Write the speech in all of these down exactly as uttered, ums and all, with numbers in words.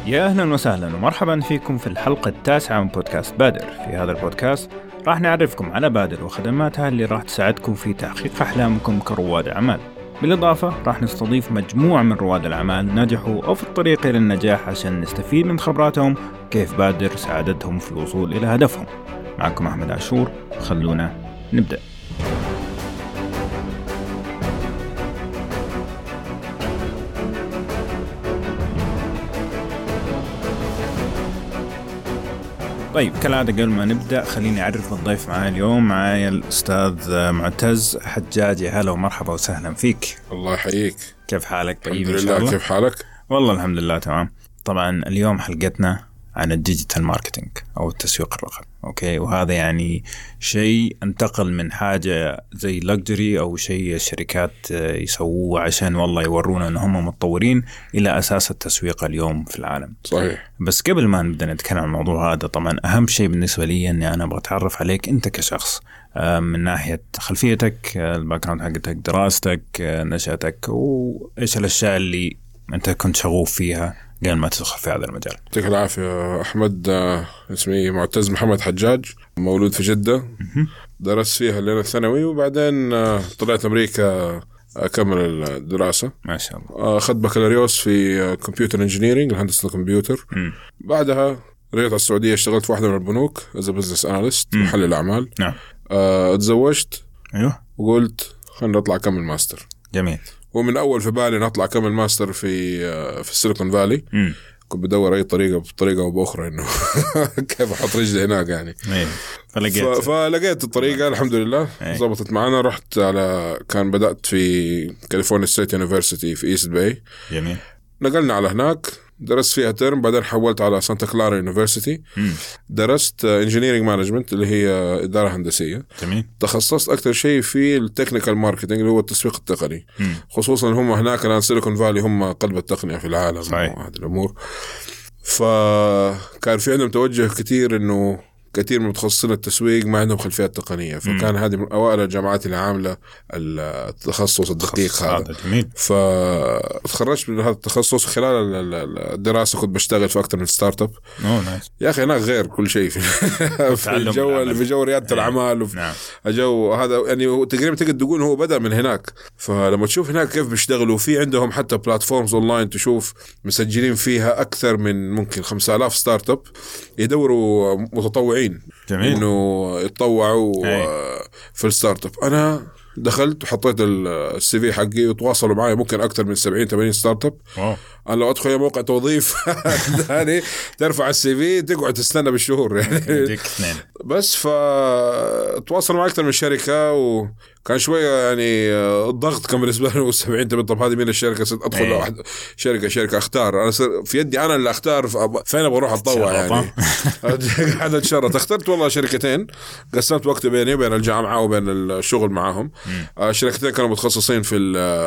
يا أهلا وسهلا ومرحبا فيكم في الحلقة التاسعة من بودكاست بادر. في هذا البودكاست راح نعرفكم على بادر وخدماتها اللي راح تساعدكم في تحقيق أحلامكم كرواد أعمال. بالإضافة راح نستضيف مجموعة من رواد الأعمال نجحوا أو في الطريق إلى النجاح عشان نستفيد من خبراتهم كيف بادر ساعدتهم في الوصول إلى هدفهم. معكم أحمد عاشور، خلونا نبدأ. طيب كالعادة قبل ما نبدأ خليني أعرف الضيف معايا اليوم. معايا الأستاذ معتز حجاجي. هلا ومرحبا وسهلا فيك. الله يحييك. كيف حالك؟ طيب إن شاء الله. كيف حالك؟ والله الحمد لله تمام. طبعا اليوم حلقتنا عن الديجيتال ماركتينج أو التسويق الرقمي. أوكي، وهذا يعني شيء انتقل من حاجة زي لكجري أو شيء الشركات يسووه عشان والله يورونا أن هم متطورين إلى أساس التسويق اليوم في العالم. صحيح. بس قبل ما نبدأ نتكلم عن الموضوع هذا، طبعا أهم شيء بالنسبة لي أني أنا أبغى أتعرف عليك أنت كشخص، من ناحية خلفيتك، الباك جراوند حقتك، دراستك، نشأتك، وإيش الأشياء اللي أنت كنت شغوف فيها قبل ما تدخل في هذا المجال. يعطيك العافية أحمد. اسمي معتز محمد حجاج، مولود في جدة، درست فيها لين الثانوي وبعدين طلعت أمريكا أكمل الدراسة. ما شاء الله. أخذت بكالوريوس في كمبيوتر انجينيرينج، الهندسة الكمبيوتر. م. بعدها رجعت على السعودية، اشتغلت في واحدة من البنوك as a business analyst، محلل أعمال. نعم. اتزوجت. أيوه. وقلت خلنا نطلع أكمل ماستر. جميل. ومن أول في بالي نطلع أكمل ماستر في في السيليكون فالي. م. كنت بدور أي طريقة بطريقة أو بأخرى إنه كيف أحط رجلي هناك يعني. أيه. فلقيت فلقيت الطريقة الحمد لله. أيه. زبطت معنا. رحت على كان بدأت في كاليفورنيا ستيت يونيفرسيتي في إيست باي. جميل. نقلنا على هناك، درست فيها ترم، بعدين حولت على سانتا كلارا يونيفرسيتي. درست انجينيرينج مانجمنت اللي هي إدارة هندسية. جميل. تخصصت أكثر شيء في التكنيكال ماركتينج اللي هو التسويق التقني. مم. خصوصا هم هناك الآن سيليكون فالي هم قلب التقنية في العالم. صحيح. وهذه الأمور. فكان في عندهم توجه كتير إنه كثير من متخصصين التسويق ما عندهم خلفيات تقنية، فكان هذه من أوائل الجامعات اللي عاملة التخصص الدقيق هذا. فتخرجت من هذا التخصص. خلال الدراسة كنت بشتغل في أكثر من ستارت اب. يا أخي هناك غير كل شيء في, في الجو في جو ريادة الأعمال وفي الجو هذا يعني تقريبا تقدر تقول هو بدأ من هناك. فلما تشوف هناك كيف بيشتغلوا، في عندهم حتى بلاتفورمز أونلاين تشوف مسجلين فيها أكثر من ممكن خمسة آلاف ستارت اب يدوروا متطوعين. جميل. إنه يتطوعوا في الستارت اب. أنا دخلت وحطيت السي في حقي وتواصلوا معي ممكن أكثر من سبعين ثمانين ستارت اب. واو. أنا لو أدخل موقع توظيف يعني ترفع السي في تقعد تستنى بالشهور يعني. بس فتواصلوا مع أكثر من شركة وكان شوية يعني الضغط كان بالنسبة له سبعين. طب هذه مين الشركة أدخل أيه. واحد شركة شركة أختار. أنا في يدي أنا اللي أختار فين أبغى أروح أتطوع يعني. قاعد أتشرط. اخترت والله شركتين، قسمت وقت بيني وبين الجامعة وبين الشغل معهم. شركتين كانوا متخصصين في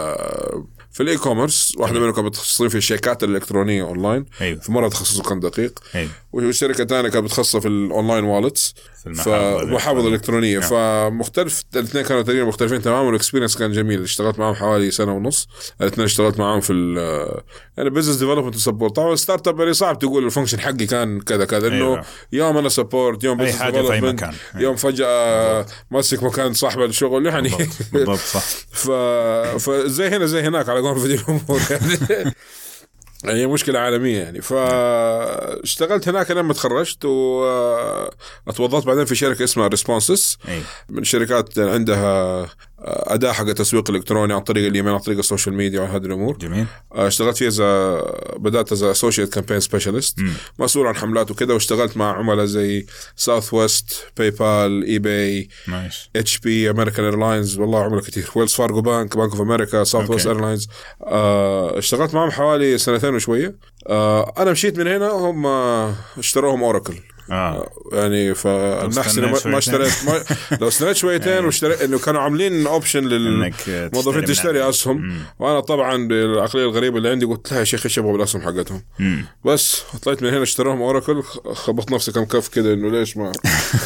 في الاي كوميرس. واحده منهم كانت متخصصين في الشيكات الالكترونيه اونلاين. أيوة. في مره تخصصه كان دقيق. أيوة. والشركه الثانيه كانت متخصصه في الاونلاين والتس، فمحافظه الالكترونيه. أيوة. فمختلف الاثنين كانوا تقريبا مختلفين تماما. والاكسبيرينس كان جميل. اشتغلت معهم حوالي سنه ونص. الاثنين اشتغلت معهم في يعني بزنس ديفلوبمنت وسبورت. طبعا الستارت اب يعني صعب تقول الفانكشن حقي كان كذا كذا انه أيوة. يوم انا سبورت، يوم بزنس ديفلوبمنت، يوم فجاه ماسك مكان صاحب الشغل يعني. بالضبط صح. ف فزي هنا زي هناك على قول في الامور يعني. هي مشكلة عالمية يعني. فاشتغلت هناك لما تخرجت واتوظفت بعدين في شركة اسمها ريسبونسس. من شركات عندها أداة حق تسويق إلكتروني عن طريق الإيميل، عن طريق السوشيال ميديا وهذه الأمور. جميل. اشتغلت فيها زي بدأت as associate campaign specialist، مسؤول عن حملات وكذا. واشتغلت مع عملاء زي ساوث ويست، باي بال، اي باي، اتش بي، امريكان ايرلاينز، والله عملاء كتير، ويلز فارغو بانك، بانك اوف امريكا، ساوث ويست ايرلاينز. اشتغلت معهم حوالي سنتين وشوية. آه أنا مشيت من هنا، هم اشتروهم أوراكل. آه. يعني فنحسن ما اشتريت ما لو استنيت شويتين واشتريت انه كانوا عاملين اوبشن للموظفين تشتري اسهم. وانا طبعا بالعقليه الغريبه اللي عندي قلت لها يا شيخ ايش ابغى بالاسهم حقتهم. مم. بس طلعت من هنا اشتروهم اوراكل، خبطت نفسي كم كف كده انه ليش ما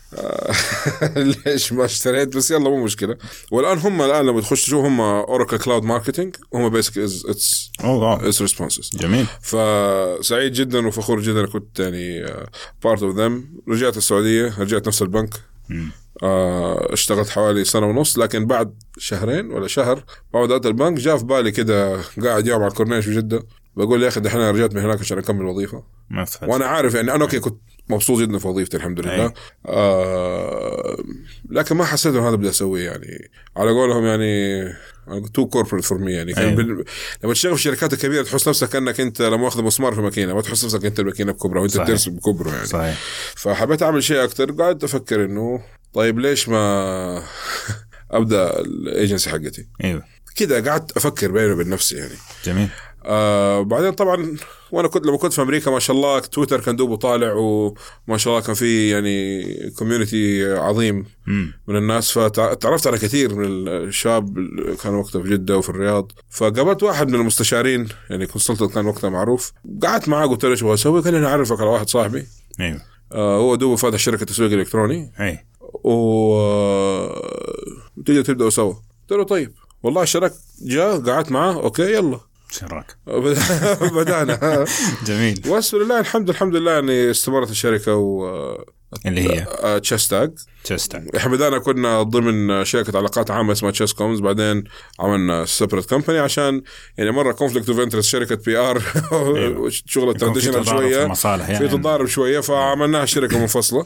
ليش ما اشتريت؟ بس يلا مو مشكلة. والآن هم الآن لما تخش تشوف هم أوراكل كلاود ماركتينج، هم بيسك اتس اتس ريسبونسز. جميل. فسعيد جدا وفخور جدا كنت يعني بارت اوف ذم. رجعت السعودية، رجعت نفس البنك. م. اشتغلت حوالي سنة ونص، لكن بعد شهرين ولا شهر بعد هذا البنك جاء في بالي كده قاعد يوم على الكورنيش في جدة، بقول يا أخي دحين أنا رجعت من هناك عشان أكمل وظيفة. وأنا عارف يعني أنا أوكي كنت مبسوط جدا في وظيفتي الحمد لله. آه لكن ما حسيت إنه هذا بدي أسويه، يعني على قولهم يعني تو كوربريت فور مي. يعني كان بال... لما تشتغل في الشركات الكبيرة تحس نفسك كأنك أنت لما أخذ مسمار في ماكينة، ما تحس نفسك أنت الماكينة بكبرة وأنت ترسم بكبرة يعني. صحيح. فحبيت أعمل شيء أكتر. قاعد أفكر إنه طيب ليش ما أبدأ الإيجنسي حقتي. أيوة. كده قعدت أفكر بيني وبين نفسي يعني. جميل. آه بعدين طبعا وانا كنت لما كنت في امريكا ما شاء الله تويتر كان دوبه طالع، وما شاء الله كان في يعني كوميونتي عظيم م. من الناس، فتعرفت على كثير من الشباب كانوا وقتها في جدة وفي الرياض. فقابلت واحد من المستشارين يعني كونسلتنت كان وقتها معروف، قعدت معاه قلت له ايش ابغى اسوي؟ قال لي انا اعرفك على واحد صاحبي. ايوه. آه هو دوبه فاتح شركه تسويق الكتروني. اي. و تيجي تبداوا سوا. قلت له طيب والله الشرك جاء قعدت معاه اوكي يلا شراك بدأنا. جميل. واسفل الله الحمد الحمد لله يعني استمرت الشركة و اللي هي تشستاج. تشستاج احنا بدأنا كنا ضمن شركة علاقات عامة اسمها تشيس كومز، بعدين عملنا سيبريت كومباني عشان يعني مرة كونفليكت اوف انترست، شركة بي ار شغل الترانزيشن شوية في تضارب شوية، فعملناها شركة منفصلة.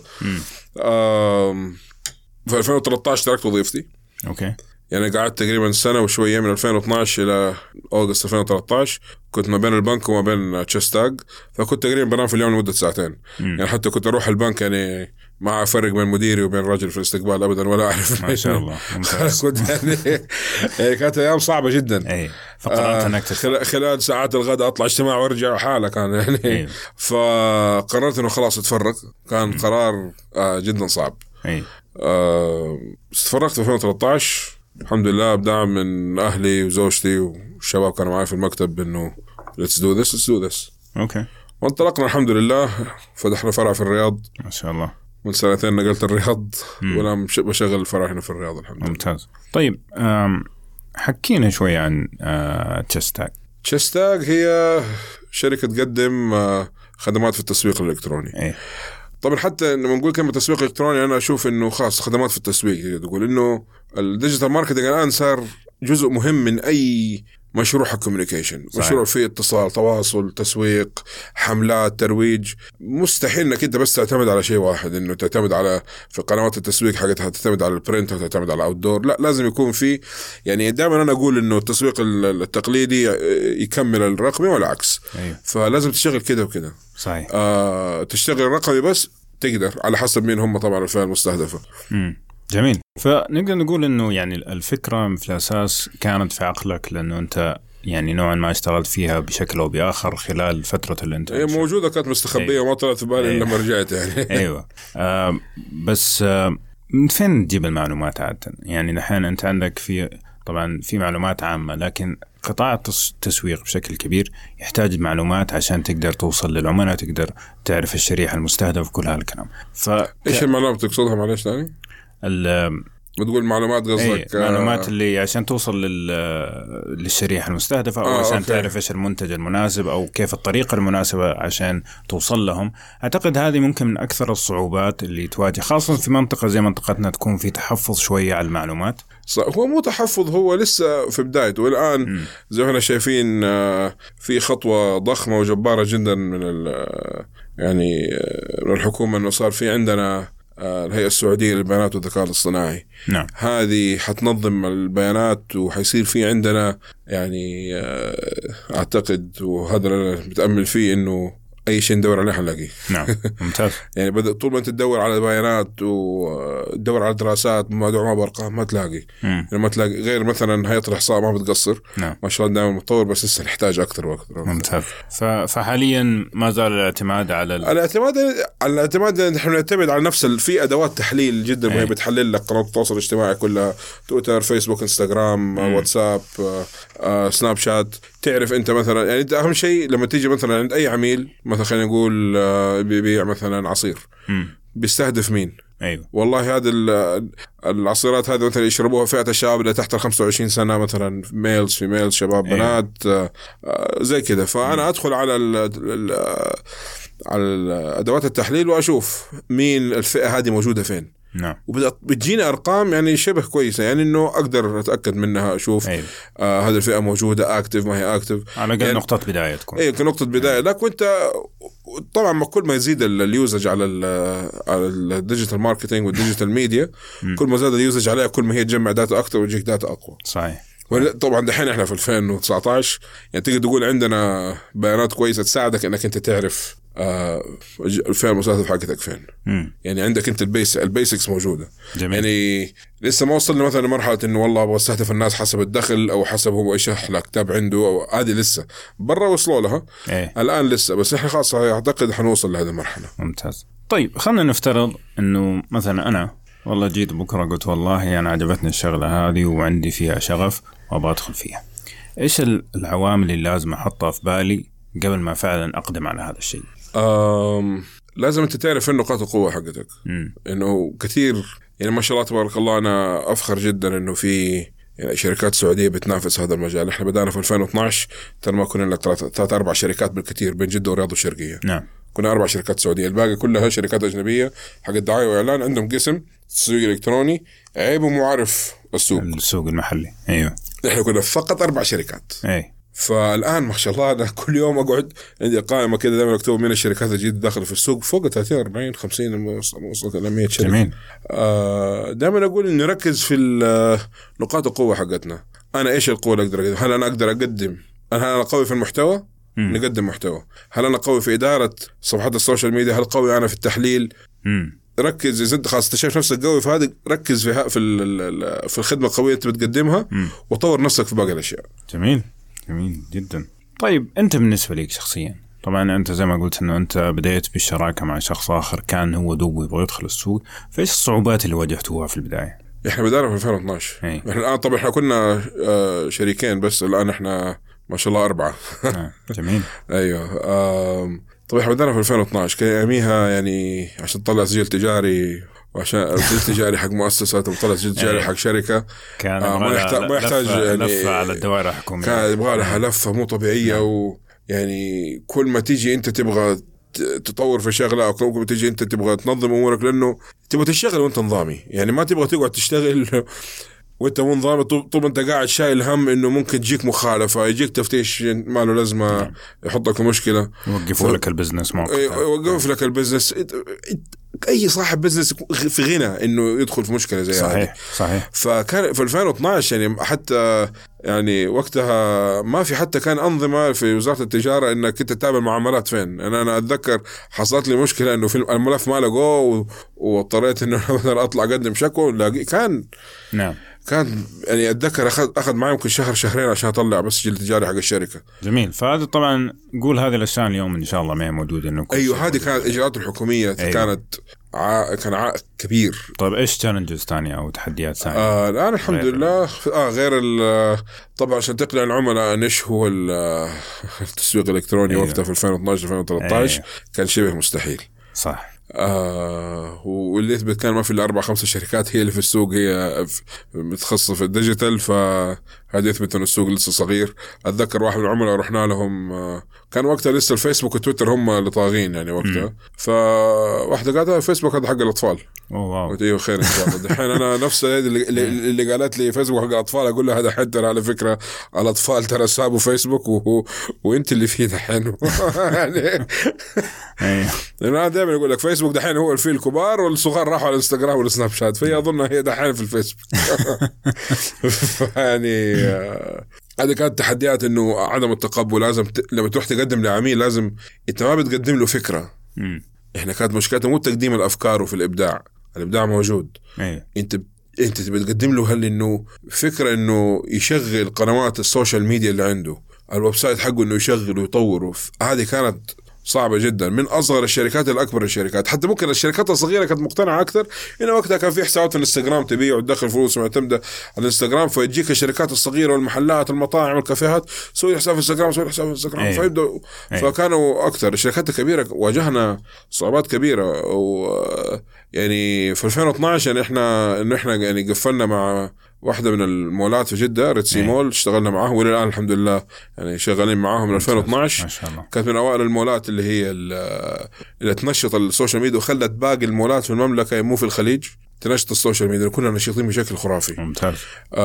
في ألفين وثلاثة عشر تركت وظيفتي. اوكي. يعني قعدت تقريبا سنة وشوية من ألفين واثناشر إلى أغسطس ألفين وثلاثة عشر كنت ما بين البنك وما بين تشستاج، فكنت تقريبا بنام في اليوم لمدة ساعتين. مم. يعني حتى كنت أروح البنك يعني ما أفرق بين مديري وبين الرجل في الاستقبال أبدا ولا أعرف. ما شاء الله. كنت يعني كانت أيام صعبة جدا. أي. فقررت أنك آه خلال ساعات الغداء أطلع اجتماع وارجع حالة كان يعني. أي. فقررت إنه خلاص اتفرق. كان مم. قرار آه جدا صعب. أي. آه استفرقت في ألفين وثلاثة عشر الحمد لله بدعم من أهلي وزوجتي والشباب كانوا معي في المكتب إنه let's do this let's do this. أوكي. وانطلقنا الحمد لله، فتحنا فرع في الرياض ما شاء الله. من سنتين نقلت الرياض والآن بشغل الفرع هنا في الرياض الحمد لله. ممتاز. طيب حكينا شوي عن تشستاج. تشستاج هي شركة تقدم خدمات في التسويق الإلكتروني. أيه. طبعا حتى لما نقول كلمة تسويق إلكتروني أنا أشوف إنه خاص خدمات في التسويق، تقول إنه الديجيتال ماركتينج الآن صار جزء مهم من أي مشروع حق كوميونيكيشن، مشروع فيه اتصال تواصل تسويق حملات ترويج. مستحيل انك انت بس تعتمد على شيء واحد، انه تعتمد على في قنوات التسويق حقتها تعتمد على البرنت او تعتمد على الاوت دور. لا لازم يكون في يعني دائما انا اقول انه التسويق التقليدي يكمل الرقمي والعكس. أيوه. فلازم تشتغل كده وكده. صحيح. آه تشتغل الرقمي بس تقدر على حسب مين هم طبعا الفئة المستهدفة. امم جميل. فنقدر نقول انه يعني الفكره في الاساس كانت في عقلك لانه انت يعني نوعا ما اشتغلت فيها بشكل او باخر خلال فتره الانترنشيب. هي موجوده كانت مستخبيه. أيوة. وما طلعت في بالي أيوة. لما رجعت يعني. ايوه. آه بس آه من فين تجيب المعلومات عاده؟ يعني نحن انت عندك في طبعا في معلومات عامه، لكن قطاع التسويق بشكل كبير يحتاج معلومات عشان تقدر توصل للعملاء، تقدر تعرف الشريحه المستهدف كل هالكلام. ف ايش المعلومات تقصدها معلش ثاني؟ بتقول معلومات قصدك؟ ايه معلومات اللي عشان توصل لل... للشريحة المستهدفة أو آه عشان أوكي. تعرف إيش المنتج المناسب أو كيف الطريقة المناسبة عشان توصل لهم. أعتقد هذه ممكن من أكثر الصعوبات اللي تواجه، خاصة في منطقة زي منطقتنا تكون في تحفظ شوية على المعلومات. هو مو تحفظ، هو لسه في بدايته، والآن م. زي ما احنا شايفين في خطوة ضخمة وجبارة جدا من يعني من الحكومة إنه صار في عندنا الهيئة السعودية للبيانات والذكاء الاصطناعي. نعم. هذه حتنظم البيانات وحيصير في عندنا يعني أعتقد، وهذا اللي بتأمل فيه، إنه أي شيء ندور عليه حنلاقيه. نعم. ممتاز. يعني بدأ طول ما أنت تدور على بيانات وتدور على دراسات مدعومة بأرقام ما تلاقي. يعني ما تلاقي غير مثلا هيئة الإحصاء ما بتقصر. نعم. ما شاء الله دائما متطور، بس لسه نحتاج أكثر وأكثر. ممتاز. فحاليا ما زال الاعتماد على ال... الاعتماد على الاعتماد نحن نعتمد على نفس في أدوات تحليل جدا مهمة بتحلل لك قنوات التواصل الاجتماعي كلها، تويتر فيسبوك انستغرام مم. واتساب آه، آه، سناب شات. تعرف أنت مثلا يعني أنت أهم شيء لما تيجي مثلا عند أي عميل مثلا خلينا نقول بيبيع مثلا عصير م. بيستهدف مين؟ أيوة. والله هذه العصيرات هذه مثلا يشربوها فئة الشباب اللي تحت خمسة وعشرين سنة مثلا، ميلز في ميلز شباب أيوة. بنات زي كده. فأنا أدخل على ال ال على أدوات التحليل وأشوف مين الفئة هذه موجودة فين. نعم. وبتجيني أرقام يعني شبه كويسة، يعني إنه أقدر أتأكد منها، أشوف أيوة. آه هذه الفئة موجودة أكتف ما هي أكتف، على يعني نقطة بداية تكون. أيوة كنقطة بداية. لكن أنت طبعا ما كل ما يزيد اليوزج على ال على الديجيتال ماركتينج والديجيتال ميديا، كل ما زاد اليوزج عليها كل ما هي تجمع داتا أكتر وتجيك داتا أقوى. صحيح. طبعا دحين احنا في ألفين وتسعطعش يعني تقدر تقول عندنا بيانات كويسة تساعدك انك انت تعرف آه الفئة المستهدف حقتك فين. مم. يعني عندك انت البيس البيسكس موجودة. جميل. يعني لسه ما وصلنا مثلا لمرحلة انه والله ابغى استهدف الناس حسب الدخل او حسب هو ايش احلى كتاب عنده، او هذه لسه برا وصلوا لها. ايه. الان لسه، بس احنا خلاص اعتقد حنوصل لهذه المرحلة. ممتاز. طيب خلنا نفترض انه مثلا انا والله جيت بكرة قلت والله أنا عجبتني الشغلة هذه وعندي فيها شغف وأبغى أدخل فيها، إيش العوامل اللي لازم أحطها في بالي قبل ما فعلا أقدم على هذا الشيء؟ أم لازم أنت تعرف إن نقاط القوة حقتك. م. إنه كثير يعني ما شاء الله تبارك الله، أنا أفخر جدا إنه في يعني شركات سعودية بتنافس هذا المجال. إحنا بدأنا في ألفين واثناشر ترى ما كنا إلا ثلاث أربع شركات بالكثير بين جدة والرياض والشرقية. نعم. كنا أربع شركات سعودية، الباقي كلها شركات أجنبية حق الدعاية وإعلان، عندهم قسم تسويق إلكتروني عيب ومعرف السوق السوق المحلي. أيوه. إحنا كنا فقط أربع شركات. أي. فالآن ما شاء الله أنا كل يوم أقعد عندي قائمة كده دائما أكتب من الشركات الجديدة داخل في السوق فوق ثلاثين أربعين خمسين وصلت إلى مية شركة. جميل. آه دائما أقول إني نركز في نقاط القوة حقتنا. أنا إيش القوة اللي أقدر أقدم؟ هل أنا أقدر أقدم؟ هل أنا قوي في المحتوى؟ مم. نقدم محتوى. هل أنا قوي في إدارة صفحات السوشيال ميديا؟ هل قوي أنا في التحليل؟ مم. ركز إذا أنت خلاص تشايف نفسك قوي في هذا، ركز في في في الخدمة القوية أنت بتقدمها. مم. وطور نفسك في باقي الأشياء. جميل جميل جدا. طيب أنت بالنسبة لك شخصيا، طبعا أنت زي ما قلت إنه أنت بدأت بالشراكة مع شخص آخر كان هو دوب يبغى يدخل السوق، فإيش الصعوبات اللي واجهتوها في البداية؟ إحنا بدأنا في ألفين واثناشر. إحنا الآن طبعا إحنا كنا شريكين بس، الآن إحنا ما شاء الله أربعة. آه. جميل. أيوه. طبعا إحنا بدأنا في ألفين واثناشر كان يوميها يعني عشان تطلع سجل تجاري وعشان سجل تجاري حق مؤسسة وطلع سجل تجاري حق شركة كان آه ما يحتاج ما يحتاج يعني لفة على الدوائر الحكومية، كان يبغى لها لفة مو طبيعية. ويعني كل ما تيجي أنت تبغى تطور في شغلة أو كل ما تيجي أنت تبغى تنظم أمورك، لأنه تبغى تشتغل وأنت نظامي، يعني ما تبغى تقعد تشتغل وانت مو نظام. طول انت قاعد شايل هم انه ممكن تجيك مخالفه، يجيك تفتيش ما له لازمه، يحطك في مشكله، يوقفوا لك البزنس مؤقتا، يوقفوا لك البزنس. اي صاحب بزنس في غنى انه يدخل في مشكله زي هذه. صحيح صحيح. فكان في ألفين واثناشر يعني حتى يعني وقتها ما في حتى كان انظمه في وزاره التجاره انك انت تتابع معاملات فين. انا انا اتذكر حصلت لي مشكله انه في الملف ما لقوه واضطريت انه مثلا اطلع اقدم شكوى. كان نعم كان يعني أتذكر أخذ أخذ معي يمكن شهر شهرين عشان أطلع بس سجل تجاري حق الشركة. جميل. فهذا طبعا قول هذه الأشياء اليوم إن شاء الله ما هي موجودة إنه أيوه هذه كانت إجراءات الحكومية. أيوه. كانت ع... كان عائق كبير. طيب إيش تشالنجز تانية أو تحديات ثانية؟ آه الآن الحمد لله آه غير ال طبعا عشان تقنع العملاء إن إيش هو التسويق الإلكتروني. أيوه. وقتها في ألفين واثناشر ألفين وثلاثة عشر. أيوه. كان شبه مستحيل. صح. آه واللي يثبت كان ما في إلا أربع خمسة شركات هي اللي في السوق هي متخصصة في الديجيتال، فهذا يثبت أن السوق لسه صغير. أتذكر واحد من العملاء رحنا لهم آه كان وقتها لسه الفيسبوك وتويتر هم اللي طاغين يعني وقتها. فواحدة قالت الفيسبوك هذا حق الأطفال. أوه واو. قلت أيوه خير إن شاء الله. دحين أنا نفس اللي, اللي قالت لي فيسبوك حق الأطفال أقول له هذا حتى على فكرة الأطفال ترى سابوا فيسبوك و... وأنت اللي فيه دحين. يعني أنا دائما يقول لك فيسبوك دحين هو الفيل الكبار والصغار راحوا على الانستغرام والسناب شات، فهي أظن هي دحين في الفيسبوك. يعني هذه كانت تحديات إنه عدم التقبل. لازم ت... لما تروح تقدم لعميل لازم أنت ما بتقدم له فكرة. م. إحنا كانت مشكلتنا مو تقديم الأفكار وفي الإبداع، الإبداع موجود. أيه. أنت أنت بتقدم له هل إنه فكرة إنه يشغل قنوات السوشيال ميديا اللي عنده، الويب سايت حقه إنه يشغل ويطور. هذه كانت صعبة جدا، من أصغر الشركات لأكبر الشركات. حتى ممكن الشركات الصغيرة كانت مقتنعة أكثر، إنه وقتها كان في حسابات في الانستغرام تبيع وتدخل فلوس معتمدة على الانستغرام، فيجيك الشركات الصغيرة والمحلات المطاعم والكافيهات سوي حساب في الانستغرام سوي حساب في الانستغرام أيه. فيبدأ أيه. فكانوا أكثر الشركات الكبيرة. واجهنا صعوبات كبيرة، و يعني في ألفين واثناشر يعني إحنا إنه إحنا يعني قفلنا مع واحدة من المولات في جدة ريتسي أيه. مول، اشتغلنا معهم والى الآن الحمد لله يعني شغالين معاهم من ألفين واثناشر. ما شاء الله. كانت من أوائل المولات اللي هي اللي تنشط السوشيال ميديا وخلت باقي المولات في المملكة مو في الخليج تنشط السوشيال ميديا. كنا نشيطين بشكل خرافي. ممتاز.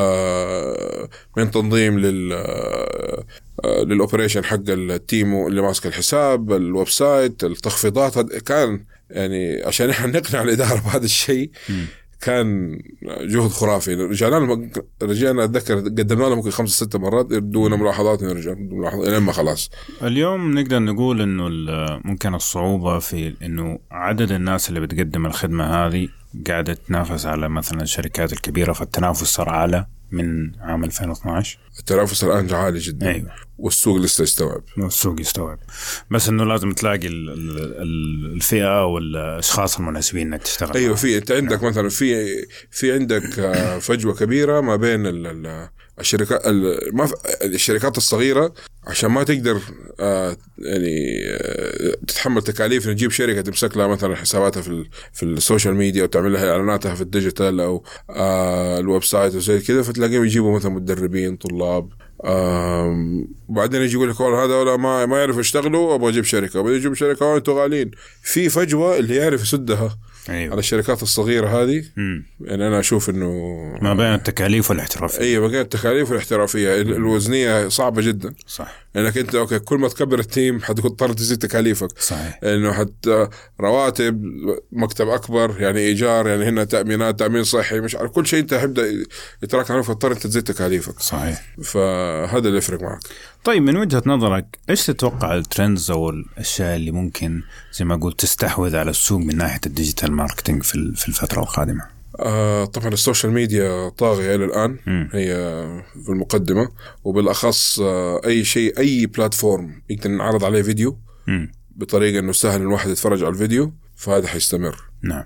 آه من تنظيم لل آه للأوبريشن حق التيم اللي ماسك الحساب، الويب سايت، التخفيضات. كان يعني عشان احنا نقنع الإدارة بهذا الشيء كان جهد خرافي. رجعنا رجعنا أتذكر قدمنا لهم ممكن خمسة ستة مرات يردونا ملاحظات ونرجع ملاحظات لما خلاص. اليوم نقدر نقول إنه ممكن الصعوبة في إنه عدد الناس اللي بتقدم الخدمة هذه قاعدة تنافس على مثلا الشركات الكبيرة، فالتنافس صار أعلى من عام ألفين واثناشر. التنافس الآن عالي جدا. أيوة. والسوق لسه يستوعب. والسوق يستوعب، بس إنه لازم تلاقي الفئة والأشخاص المناسبين إنك تشتغل. أيوة. في أنت عندك نعم. مثلا في في عندك فجوة كبيرة ما بين الشركات ما الشركات الصغيرة عشان ما تقدر آه يعني آه تتحمل تكاليف نجيب شركة تمسك لها مثلا حساباتها في في السوشيال ميديا وتعمل لها إعلاناتها في الديجيتال أو آه الويب سايت وزي كذا، فتلاقيهم يجيبوا مثلا مدربين طلاب، وبعدين يجي يقول لك هذا ولا ما ما يعرف يشتغلوا أبغى أجيب شركة، وبعدين يجيب شركة وأنتوا غالين. في فجوة اللي يعرف يسدها. أيوة. على الشركات الصغيرة هذه. مم. يعني أنا أشوف إنه ما بين التكاليف والاحترافية. أيوة، ما بين التكاليف والاحترافية. مم. الوزنية صعبة جدا. صح. لأنك أنت أوكي كل ما تكبر التيم حتضطر تزيد تكاليفك. صحيح. إنه حتى رواتب، مكتب أكبر، يعني إيجار، يعني هنا تأمينات، تأمين صحي، مش عارف كل شيء أنت حبدأ يتراكم عليك فتضطر أنت تزيد تكاليفك. صحيح. فهذا اللي يفرق معك. طيب من وجهة نظرك إيش تتوقع الترندز أو الأشياء اللي ممكن زي ما قلت تستحوذ على السوق من ناحية الديجيتال ماركتينج في في الفترة القادمة؟ آه طبعا السوشيال ميديا طاغية إلى الآن. م. هي في المقدمة، وبالأخص آه أي شيء أي بلاتفورم يقدر نعرض عليه فيديو م. بطريقة إنه سهل الواحد يتفرج على الفيديو، فهذا حيستمر. نعم.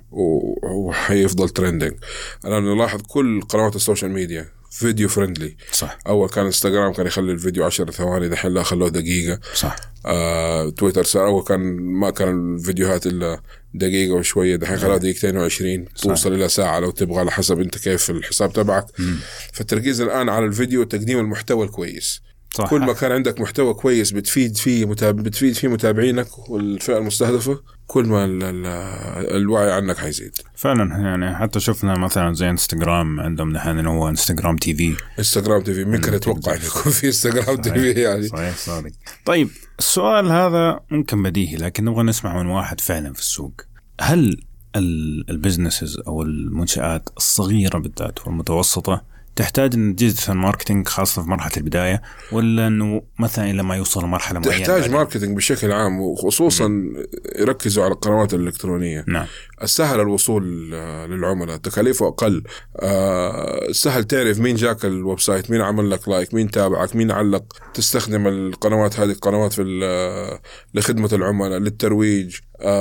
وحيفضل ترندنج. أنا نلاحظ كل قنوات السوشيال ميديا فيديو فريندلي. صح. أول كان انستغرام كان يخلي الفيديو عشر ثواني، دحين لا خلوه دقيقة. صح. آه، تويتر صار أول كان ما كان الفيديوهات إلا دقيقة وشوية، دحين خلوه دقيقتين وعشرين، توصل إلى ساعة لو تبغى على حسب أنت كيف الحساب تبعك. م. فالتركيز الآن على الفيديو وتقديم المحتوى الكويس. صح. كل ما كان عندك محتوى كويس بتفيد فيه متاب... بتفيد فيه متابعينك والفئة المستهدفة، كل ما ال... ال... الوعي عنك حيزيد فعلا. يعني حتى شفنا مثلا زي انستغرام عندهم نحن هو انستغرام تي في. انستغرام تي في مين كان يتوقع انه يكون في انستغرام تي في يعني. صحيح صادق. طيب السؤال هذا ممكن بديهي لكن نبغى نسمع من واحد فعلا في السوق. هل البزنسز او المنشآت الصغيرة بالذات والمتوسطة تحتاج ان ديجيتال ماركتينج خاصة في مرحلة البداية، ولا انه مثلا لما يوصل مرحلة معينة تحتاج ماركتينج بشكل عام، وخصوصا م. يركزوا على القنوات الإلكترونية. نعم. السهل الوصول للعملاء، تكاليفه أقل، أه سهل تعرف مين جاك الويب سايت، مين عمل لك لايك، مين تابعك، مين علق. تستخدم القنوات هذه القنوات في لخدمة العملاء للترويج.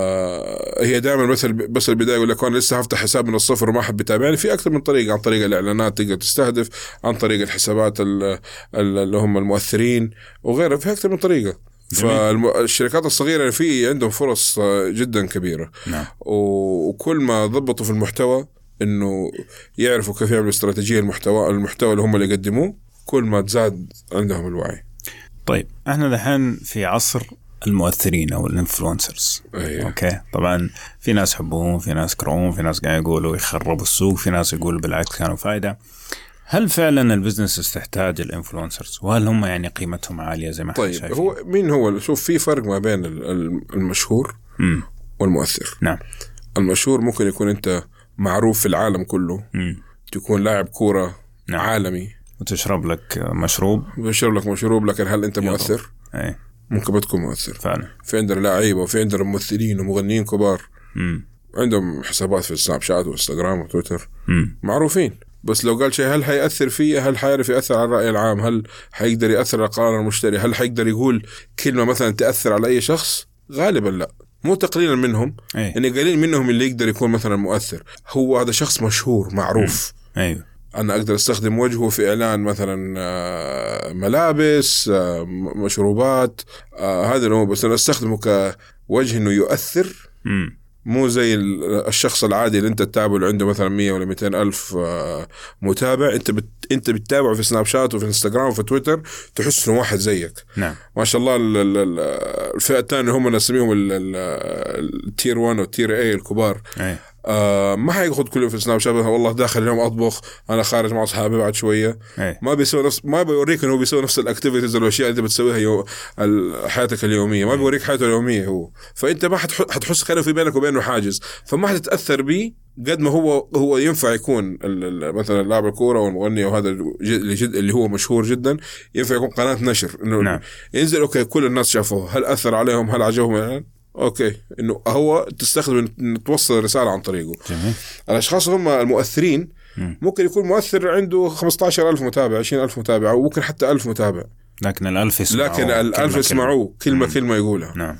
آه هي دائما مثل بس البداية يقول لك أنا لسه هفتح حساب من الصفر وما حد بيتابعني. في أكثر من طريقة، عن طريق الإعلانات تقدر تستهدف، عن طريق الحسابات اللي هم المؤثرين وغيرها، في أكثر من طريقة. فالشركات الصغيرة في عندهم فرص جدا كبيرة. نعم. وكل ما ضبطوا في المحتوى إنه يعرفوا كيف يعملوا استراتيجية المحتوى المحتوى اللي هم اللي يقدموه، كل ما تزاد عندهم الوعي. طيب احنا دحين في عصر المؤثرين او الانفلونسرز. أيه. اوكي طبعا في ناس يحبون، في ناس يكرهون، في ناس قاعد يقولوا يخربوا السوق، في ناس يقولوا بالعكس كانوا فائدة. هل فعلا البزنس تحتاج الانفلونسرز، وهل هم يعني قيمتهم عالية زي ما طيب شايفين؟ هو مين هو؟ شوف في فرق ما بين المشهور م. والمؤثر. نعم. المشهور ممكن يكون انت معروف في العالم كله، م. تكون لاعب كورة. نعم. عالمي وتشرب لك مشروب وتشرب لك مشروب، لكن هل انت مؤثر؟ أي. ممكن بتكون مؤثر فعلا. في عندنا لاعيبة وفي عندنا ممثلين ومغنيين كبار م. عندهم حسابات في السناب شات وانستغرام وتويتر م. معروفين، بس لو قال شيء هل حيأثر فيه؟ هل حيعرف يأثر على الرأي العام؟ هل حيقدر يأثر على قرار المشتري؟ هل حيقدر يقول كلمة مثلا تأثر على أي شخص؟ غالبا لا، مو تقليلا منهم، يعني قليل منهم اللي يقدر يكون مثلا مؤثر. هو هذا شخص مشهور معروف، ايوه انا اقدر استخدم وجهه في اعلان مثلا ملابس، مشروبات، هذا الامور، بس انا استخدمه كوجه انه يؤثر. امم مو زي الشخص العادي اللي انت تتابعه اللي عنده مثلا مية ولا مئتين ألف متابع، انت بت... انت بتتابعه في سناب شات وفي انستغرام وفي تويتر، تحس انه واحد زيك. نعم ما شاء الله. الفئة الثانية هم نسميهم التير واحد والتير اي الكبار. أي. آه ما حياخد كله في سناب شات والله داخل اليوم اطبخ، انا خارج مع اصحابي بعد شويه. أي. ما بيسوي نفس، ما بيوريك انه بيسوي نفس الاكتيفيتيز والاشياء اللي بتسويها يو... حياتك اليوميه، ما بيوريك حياته اليوميه هو، فانت ما حتح... حتحس خير في بينك وبينه حاجز، فما حتتاثر به قد ما هو هو ينفع يكون ال... مثلا لاعب الكوره والمغني وهذا اللي, جد... اللي هو مشهور جدا، ينفع يكون قناه نشر انه نعم. ينزل اوكي كل الناس شافوه، هل اثر عليهم، هل عجبهم يعني؟ اوكي انه هو تستخدم ان توصل الرساله عن طريقه. جميل. الاشخاص هم المؤثرين م. ممكن يكون مؤثر عنده خمسة عشر ألف متابع، عشرين ألف متابع، او ممكن حتى ألف متابع، لكن الألف يسمعوا، لكن الألف يسمعوه كلمه كلمه, كلمة يقولها. نعم.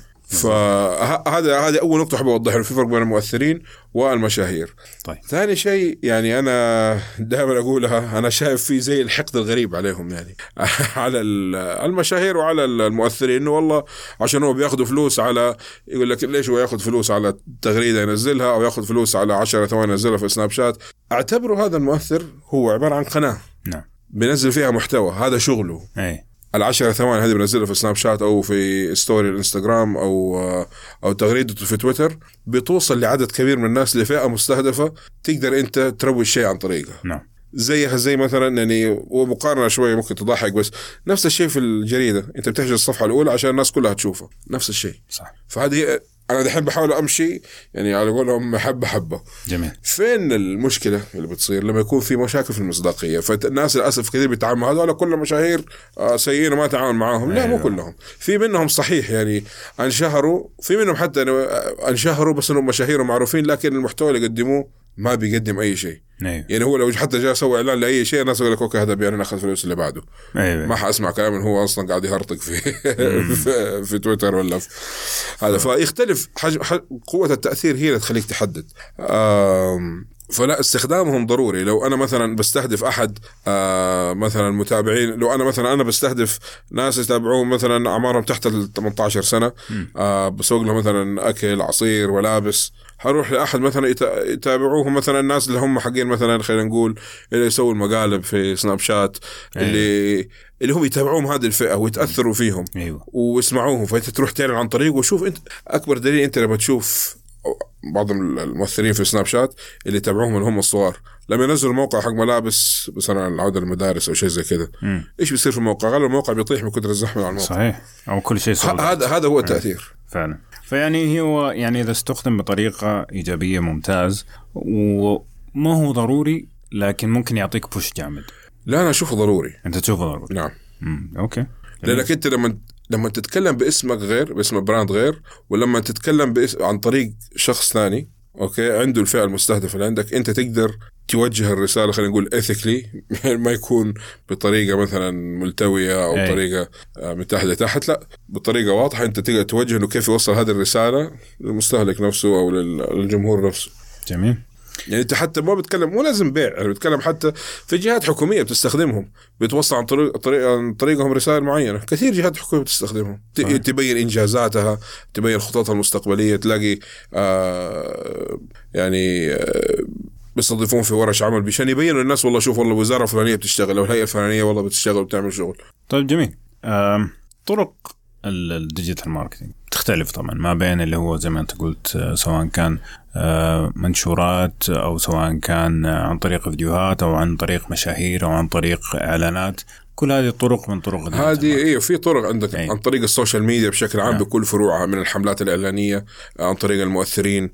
فهذا هذه اول نقطه احب اوضحها، في فرق بين المؤثرين والمشاهير. طيب. ثاني شيء يعني انا دائما اقولها، انا شايف في زي الحقد الغريب عليهم يعني على المشاهير وعلى المؤثرين، انه والله عشان هو بياخذوا فلوس على، يقول لك ليش هو ياخذ فلوس على تغريده ينزلها او ياخذ فلوس على عشرة ثواني ينزلها في سناب شات. اعتبروا هذا المؤثر هو عباره عن قناه، نعم، بينزل فيها محتوى، هذا شغله. اي العشرة ثواني هذه بنزلها في سناب شات أو في ستوري الانستغرام أو أو تغريدته في تويتر، بتوصل لعدد كبير من الناس لفئة مستهدفة، تقدر أنت تروج الشيء عن طريقها. نعم. زيها زي مثلا يعني، ومقارنة شوية ممكن تضحك، بس نفس الشيء في الجريدة، أنت بتحجز الصفحة الأولى عشان الناس كلها تشوفها، نفس الشيء. صح. فهذه أنا دحين بحاول أمشي يعني على قولهم حبة حبة. جميل. فين المشكلة اللي بتصير لما يكون في مشاكل في المصداقية؟ فالناس للأسف كثير بيتعاملوا هذول كل مشاهير سيئين وما تعامل معاهم. لا، مو كلهم، في منهم صحيح يعني انشهروا، في منهم حتى انشهروا بس انهم مشاهير ومعروفين، لكن المحتوى اللي قدموه ما بيقدم أي شيء. أيوه. يعني هو لو حتى جاء سوى إعلان لأي شيء، الناس يقول لك أوكي هذا بيعني نأخذ فلوس اللي بعده. أيوه. ما حأسمع كلام إنه هو أصلا قاعد يهرطق في في, في تويتر ولا في هذا. فيختلف حجم حج... قوة التأثير هي اللي تخليك تحدد. فلا، استخدامهم ضروري. لو أنا مثلا بستهدف أحد آه مثلا متابعين، لو أنا مثلا أنا بستهدف ناس يتابعون مثلا أعمارهم تحت ال ثمانية عشر سنة، آه بسوق له مثلا أكل عصير ولابس، هروح لأحد مثلا يتابعوهم مثلا الناس اللي هم حقين مثلا خلينا نقول اللي يسووا المقالب في سناب شات، اللي أيوه. اللي هم يتابعوهم هذه الفئة ويتأثروا فيهم. أيوه. ويسمعوهم، فأنت تروح تعلن عن طريق. وشوف أنت أكبر دليل، أنت لما تشوف بعض المؤثرين في سناب شات اللي يتابعوهم اللي هم الصغار، لما ينزلوا موقع حق ملابس مثلا العودة للمدارس أو شيء زي كذا، إيش بيصير في الموقع؟ غالبا الموقع بيطيح من كتر الزحمة على الموقع. صحيح. أو كل شيء صغير. هذا هذا هو التأثير فعلا. فيعني هو يعني إذا استخدم بطريقة إيجابية ممتاز، وما هو ضروري لكن ممكن يعطيك بوش جامد. لا، أنا أشوفه ضروري. أنت تشوفه ضروري؟ نعم. مم. أوكي. لأنك أنت لما لما تتكلم باسمك غير، باسم براند غير، ولما تتكلم باسم عن طريق شخص ثاني أوكي عنده الفئة المستهدفة اللي عندك، أنت تقدر توجه الرسالة خلينا نقول ethically ما يكون بطريقة مثلا ملتوية أو أي. طريقة من تحت لتحت، لا، بطريقة واضحة. أنت تقدر توجه إنه كيف يوصل هذه الرسالة للمستهلك نفسه أو للجمهور نفسه. جميل. يعني أنت حتى ما بتكلم، مو لازم بيع، يعني بتكلم حتى في جهات حكومية بتستخدمهم، بتوصل عن طريق طريق طريقهم رسائل معينة. كثير جهات حكومية بتستخدمهم، صحيح. تبين إنجازاتها، تبين خططها المستقبلية، تلاقي آه يعني آه بيستضيفون في ورش عمل بشان يبينوا الناس والله شوف والله الوزارة الفلانية بتشتغل أو الهيئة الفلانية والله بتشتغل وبتعمل شغل. طيب جميل. طرق الديجيتال ماركتينج تختلف طبعا ما بين اللي هو زي ما أنت قلت سواء كان منشورات أو سواء كان عن طريق فيديوهات أو عن طريق مشاهير أو عن طريق إعلانات. كل هذه الطرق من طرق هذه إيه في طرق عندك أيه. عن طريق السوشيال ميديا بشكل عام أه. بكل فروعها، من الحملات الإعلانية، عن طريق المؤثرين،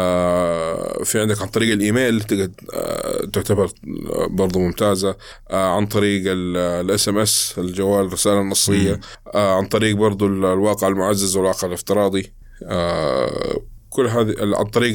آه في عندك عن طريق الإيميل تقدر آه تعتبر برضو ممتازة، آه عن طريق الاس ام اس الجوال الرسالة النصية، آه عن طريق برضو الواقع المعزز والواقع الافتراضي، آه كل هذه عن طريق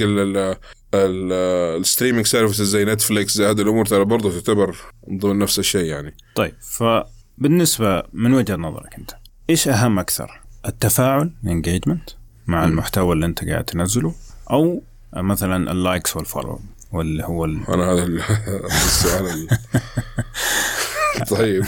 الستريمينج سيرفيسز زي نتفليكس، زي هذه الأمور ترى برضو تعتبر ضمن نفس الشيء يعني. طيب، فبالنسبة من وجهة نظرك أنت إيش أهم أكثر، التفاعل engagement مع المحتوى اللي انت قاعد تنزله، او مثلا اللايكس والفولو واللي هو ال... انا هذا السؤال ال... طيب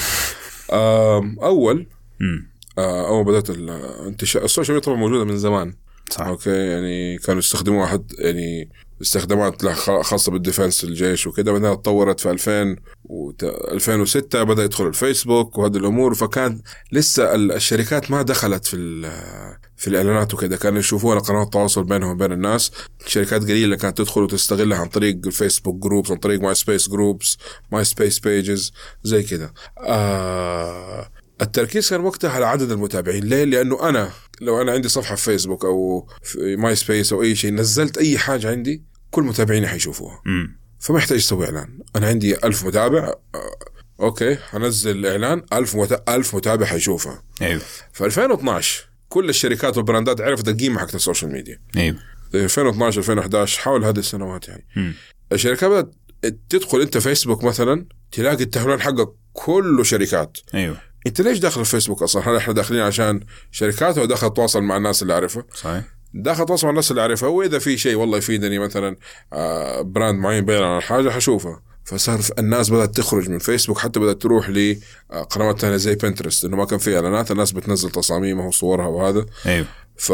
اول اول بدات الانتشار السوشيال ميديا طبعا موجوده من زمان، صح. اوكي يعني كانوا يستخدموها حد يعني استخدامات خاصه بالديفنس الجيش وكده. بعدين تطورت في ألفين ألفين وستة بدا يدخل الفيسبوك وهذه الامور، فكان لسه الشركات ما دخلت في في الاعلانات وكده، كانوا يشوفوها قنوات تواصل بينهم وبين الناس. شركات قليله كانت تدخل وتستغلها عن طريق الفيسبوك جروبس، عن طريق ماي سبيس جروبس، ماي سبيس بيجز زي كده. آه التركيز كان وقتها على عدد المتابعين. ليه؟ لأنه أنا لو أنا عندي صفحة في فيسبوك أو في ماي سبيس أو أي شيء، نزلت أي حاجة عندي كل متابعيني حيشوفوها، فما يحتاج أسوي إعلان. أنا عندي ألف متابع، أوكي هنزل إعلان، ألف مت... ألف متابع حيشوفها. أيوه. في ألفين واثناشر كل الشركات والبراندات عرفت القيمة حق السوشيال ميديا. أيوه. ألفين واثناشر ألفين وإحدى عشر حول هذه السنوات يعني م. الشركات بدأت تدخل. أنت فيسبوك مثلا تلاقي التحويل حقك كله شركات. أيوه. انت ليش داخل الفيسبوك اصلا؟ هل احنا داخلين عشان شركات او داخل اتواصل مع الناس اللي اعرفها؟ صحيح. داخل اتواصل مع الناس اللي اعرفها، واذا في شيء والله يفيدني مثلا براند معين بيعلن عن حاجه حشوفها. فصار الناس بدات تخرج من فيسبوك، حتى بدات تروح لقنوات ثانيه زي بنترست، انه ما كان في اعلانات، الناس بتنزل تصاميمها وصورها وهذا. ايوه.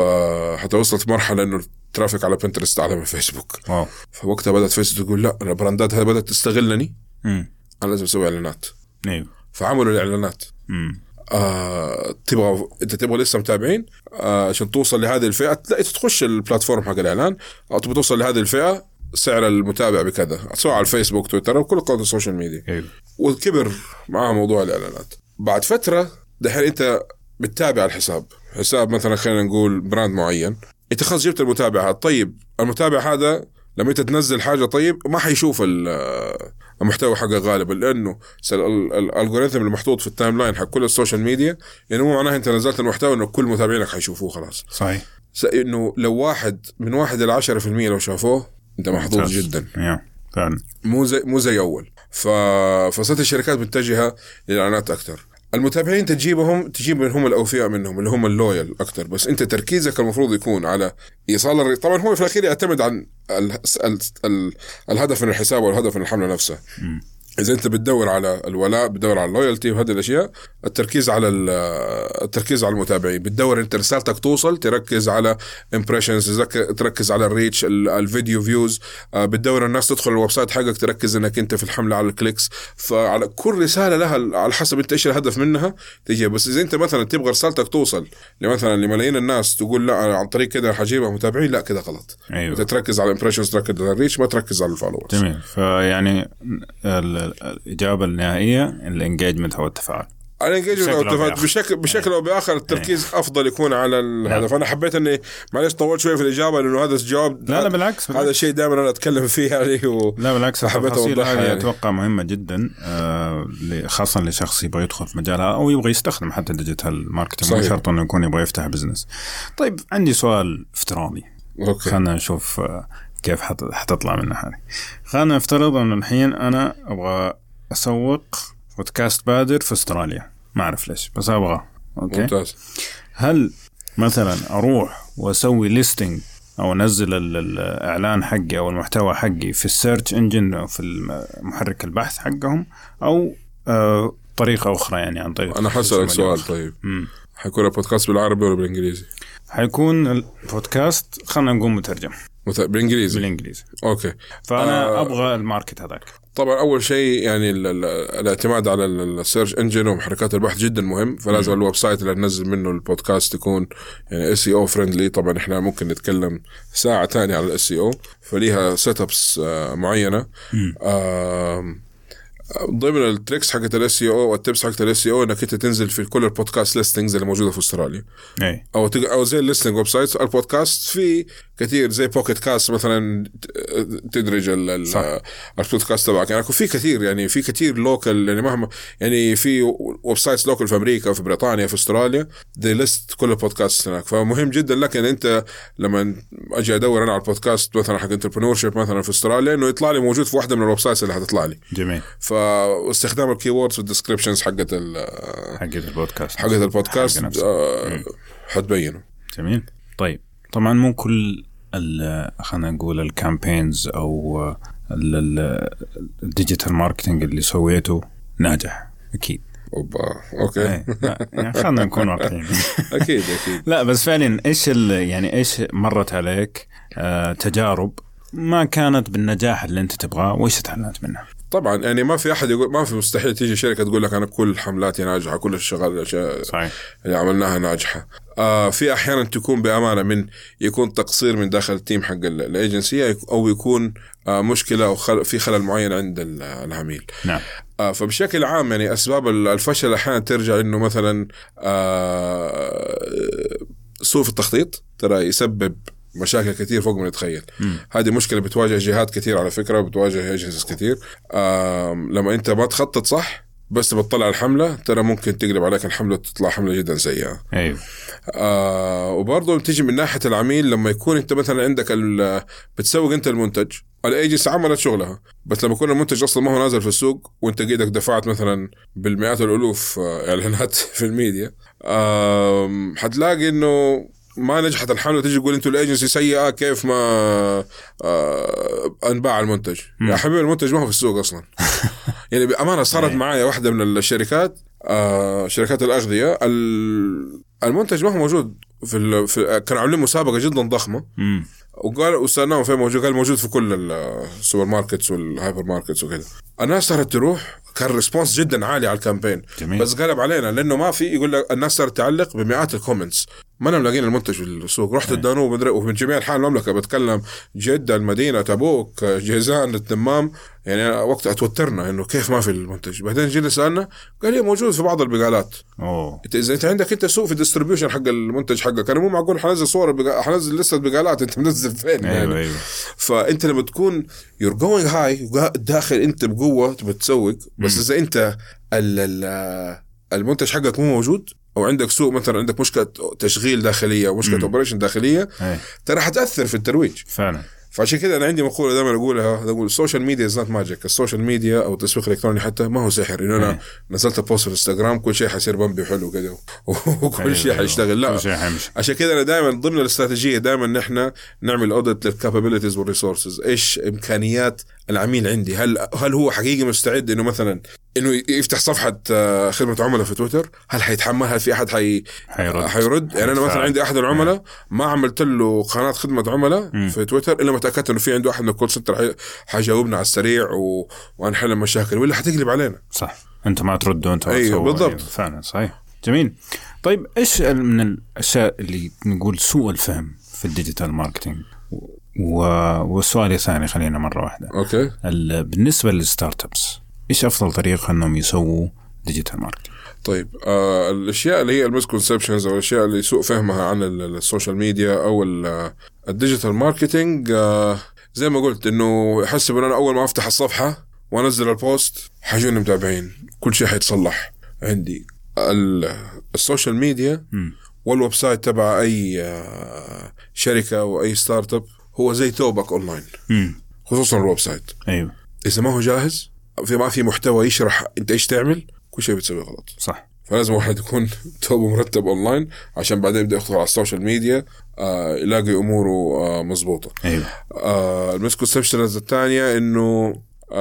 فحتى وصلت مرحله انه الترافيك على بنترست اعلى من فيسبوك. واو. فوقتها بدات فيسبوك تقول لا، البراندات هذه بدات تستغلني، امم انا لازم اسوي اعلانات. ايوه. فعملوا الاعلانات. امم آه، تبغى انت تبغى لسه متابعين آه، عشان توصل لهذه الفئه، تلاقي تخش البلاتفورم حق الاعلان، او تبغى توصل لهذه الفئه سعر المتابع بكذا، سواء على الفيسبوك تويتر وكل قنوات السوشيال ميديا. أيوه. وكبر معها موضوع الاعلانات. بعد فتره دحين انت بتتابع الحساب، حساب مثلا خلينا نقول براند معين، انت خلاص جبت المتابع هذا. طيب المتابع هذا لما انت تنزل حاجه طيب ما حيشوف المحتوى حقه غالبا، لانه الالغوريثم المحطوط في التايم لاين حق كل السوشيال ميديا، يعني مو معناه انت نزلت المحتوى انه كل متابعينك حيشوفوه خلاص. صحيح. انه لو واحد من واحد الى عشرة في المية لو شافوه انت محظوظ جدا. فعلا. مو زي مو زي اول. ف فصارت الشركات متجهه للاعلانات اكثر. المتابعين تجيبهم تجيب منهم الأوفياء منهم اللي هم اللويال أكتر، بس أنت تركيزك المفروض يكون على إيصال الري... طبعا هو في الأخير يعتمد عن ال... ال... ال... الهدف من الحساب والهدف من الحملة نفسها. م. إذا أنت بتدور على الولاء، بتدور على اللويالتي وهذه الأشياء، التركيز على التركيز على المتابعين. بتدور أنت رسالتك توصل، تركز على impressions، تركز على الريتش، الفيديو فيوز. بتدور الناس تدخل الويب سايت حقك، تركز أنك أنت في الحملة على الكليكس. فعلى كل رسالة لها على حسب أنت إيش الهدف منها تجي. بس إذا أنت مثلا تبغى رسالتك توصل مثلا لملايين الناس، تقول لا عن طريق كده حجيبها متابعين، لا كده غلط. أيوة. أنت تركز على impressions، تركز على الريتش، ما تركز على الفولورز. جميل. فيعني الإجابة النهائية الانجيجمنت هو التفاعل. الانجيجمنت او التفاعل بشكل بشكل او باخر. التركيز أيه. افضل يكون على الهدف. انا حبيت اني معلش طولت شويه في الاجابه لانه هذا الجواب لا لا بالعكس, هذا الشيء دائما انا اتكلم فيه يعني و... لا بالعكس حبيت اوضحها يعني. يعني. اتوقع مهمه جدا آه خاصه لشخص يبغى يدخل في مجالها او يبغى يستخدم حتى ديجيتال ماركتينج، مو شرط انه يكون يبغى يفتح بزنس. طيب عندي سؤال افتراضي، خلنا نشوف كيف حتطلع منه هذه. خلنا نفترض انه الحين انا ابغى اسوق بودكاست بادر في استراليا، ما أعرف ليش بس أبغى. أوكي. ممتاز. هل مثلا أروح وأسوي ليستينج أو أنزل الإعلان حقي أو المحتوى حقي في السيرش إنجن أو في محرك البحث حقهم، أو آه طريقة أخرى يعني عن طريق؟ أنا حسألك سؤال. طيب مم. حيكون البودكاست بالعربي ولا بالإنجليزي؟ حيكون البودكاست خلنا نقول مترجم مت... بالإنجليزي. بالإنجليزي. أوكي. فأنا آه... أبغى الماركت هذاك. طبعا أول شيء يعني ال ال الاعتماد على السيرش انجن ومحركات البحث جدا مهم. فلازم الويب سايت اللي ننزل منه البودكاست يكون يعني اس اي او فريندلي. طبعا احنا ممكن نتكلم ساعة تانية على الاس اي او، فليها سيت ابس معينة. ضمن التريكس حقت الاس اي او والتبس حقت الاس اي او انك انت تنزل في كل البودكاست ليستنجز اللي موجوده في استراليا. أي. او تج... او زي الليستنج ويب سايتس. البودكاست في كثير زي بوكيت كاست مثلا تدرج البودكاست تبعك يعني. في كثير يعني في كثير لوكال يعني مهما يعني في ويب سايتس لوكال في امريكا في بريطانيا في استراليا دي ليست كل البودكاست هناك. فمهم جدا لك ان انت لما اجي ادور انا على البودكاست مثلا حق انتربرنورشيب مثلا في استراليا انه يطلع لي موجود في واحده من الويب سايتس اللي هتطلع لي. جميل. ف واستخدام الكيوردز والديسكريبشنز حقت ال حقت البودكاست حقت البودكاست آه حتبينه. جميل. طيب طبعا مو كل خلينا نقول الكامبينز او الديجيتال ماركتينج اللي سويته ناجح اكيد. اوبا اوكي يعني خلينا نكون واقعيين. اكيد اكيد. لا بس فعلا ايش يعني ايش مرت عليك آه تجارب ما كانت بالنجاح اللي انت تبغاه وايش تعلمت منها؟ طبعا يعني ما في احد يقول، ما في مستحيل تيجي شركه تقول لك انا كل حملاتي ناجحه، كل الشغل الاشياء صحيح اللي عملناها ناجحه. آه في احيانا تكون بامانه من يكون تقصير من داخل التيم حق الايجنسيه، او يكون آه مشكله او خل في خلل معين عند العميل. نعم. آه فبشكل عام يعني اسباب الفشل احيانا ترجع انه مثلا آه سوء في التخطيط ترى يسبب مشاكل كثير فوق ما نتخيل. هذه مشكلة بتواجه جهات كثير على فكرة، بتواجه ايجنسيز كثير. لما انت ما تخطط صح بس بتطلع الحملة ترى ممكن تقلب عليك الحملة تطلع حملة جدا سيئة. ايوه. آه وبرضه بتيجي من ناحية العميل، لما يكون انت مثلا عندك بتسوق انت المنتج، الايجنسي عملت شغلها، بس لما يكون المنتج اصلا ما هو نازل في السوق وانت قيدك دفعت مثلا بالمئات الالوف اعلانات في الميديا، آه حتلاقي انه ما نجحت الحملة. تيجي تقول انتوا الايجنسي سيئة كيف ما آه انباع المنتج. يا حبيبي المنتج ما هو في السوق اصلا. يعني بأمانة صارت معايا واحدة من الشركات، آه شركات الأغذية، المنتج ما هو موجود في, ال... في... كانوا عاملين مسابقة جدا ضخمة وقال وسألناهم فين موجود، قال موجود في كل السوبر ماركتس والهايبر ماركتس وكذا. الناس صارت تروح، كان ريسبونس جدا عالي على الكامبين. جميل. بس قلب علينا لأنه ما في، يقول لك الناس صارت تعلق بمئات الكومنتس، ما أنا ملاقين المنتج في السوق. رحت الدانوب ومن جميع أنحاء المملكة، بتكلم جدة، المدينة، تبوك، جيزان، الدمام، يعني وقت أتوترنا إنه كيف ما في المنتج. بعدين جينا سألنا قال لي موجود في بعض البقالات. أوه. إذا أنت عندك أنت سوق في الديستريبيوشن حق المنتج حقك، أنا مو معقول حنزل صور بقا... حنزل لسه بقالات أنت منزل فين. أيوة يعني أيوة. فأنت لما تكون you're going high داخل أنت بقوة بتسوق، بس إذا أنت المنتج حقك مو موجود أو عندك سوق مثلا، عندك مشكلة تشغيل داخلية أو مشكلة أوبريشن داخلية، ترى حتأثر في الترويج فعلا. فعشان كده أنا عندي مقولة دائما أقولها، أقول السوشيال ميديا is not magic. السوشيال ميديا أو التسويق الإلكتروني حتى ما هو سحر، إنه أنا نزلت بوست في الإنستغرام كل شيء حيصير بمبي حلو كده وكل شيء حيشتغل. لا، عشان كده أنا دائما ضمن الاستراتيجية دائما نحن نعمل أوديت للكابابيلتيز والريسورسز. إيش إمكانيات العميل عندي؟ هل هل هو حقيقي مستعد إنه مثلا إنه يفتح صفحة خدمة عملاء في تويتر؟ هل حيتحمل؟ هل في أحد حي حيرد؟ حيرد؟ يعني أنا مثلا عندي أحد العملاء ما عملت له قناة خدمة عملاء في تويتر إلا ما تأكدت إنه في عنده أحد من الكول سنتر حيجاوبنا على السريع و... وهنحل المشاكل، ولا حتقلب علينا. صح، أنت ما ترد وأنت أيوه بالضبط. أيوه. فعلا صحيح. جميل. طيب إيش من الأشياء اللي نقول سوء الفهم في الديجيتال ماركتينج؟ و... والسؤال الثاني خلينا مرة واحدة. أوكي. ال... بالنسبة للستارت أبس إيش أفضل طريقة أنهم يسووا ديجيتال ماركتينج؟ طيب آه الأشياء اللي هي المسكونسبشنز أو الأشياء اللي سوء فهمها عن السوشيال ميديا أو الديجيتال ماركتينج، آه زي ما قلت إنه يحسب إن أنا أول ما أفتح الصفحة وأنزل البوست حيجوني متابعين، كل شيء حيتصلح عندي. السوشيال ميديا والويب سايت تبع أي آه شركة أو أي ستارت اب هو زي توبك أونلاين، خصوصا الويب سايت. أيوه. إذا ما هو جاهز، في ما في محتوى يشرح أنت إيش تعمل، كل شيء بتسويه غلط. صح. فلازم واحد يكون توبه مرتب أونلاين عشان بعدين يبدأ يدخل على السوشيال ميديا آه يلاقي أموره آه مزبوطة. أيوه. آه المسكونسبشنز الثانية إنه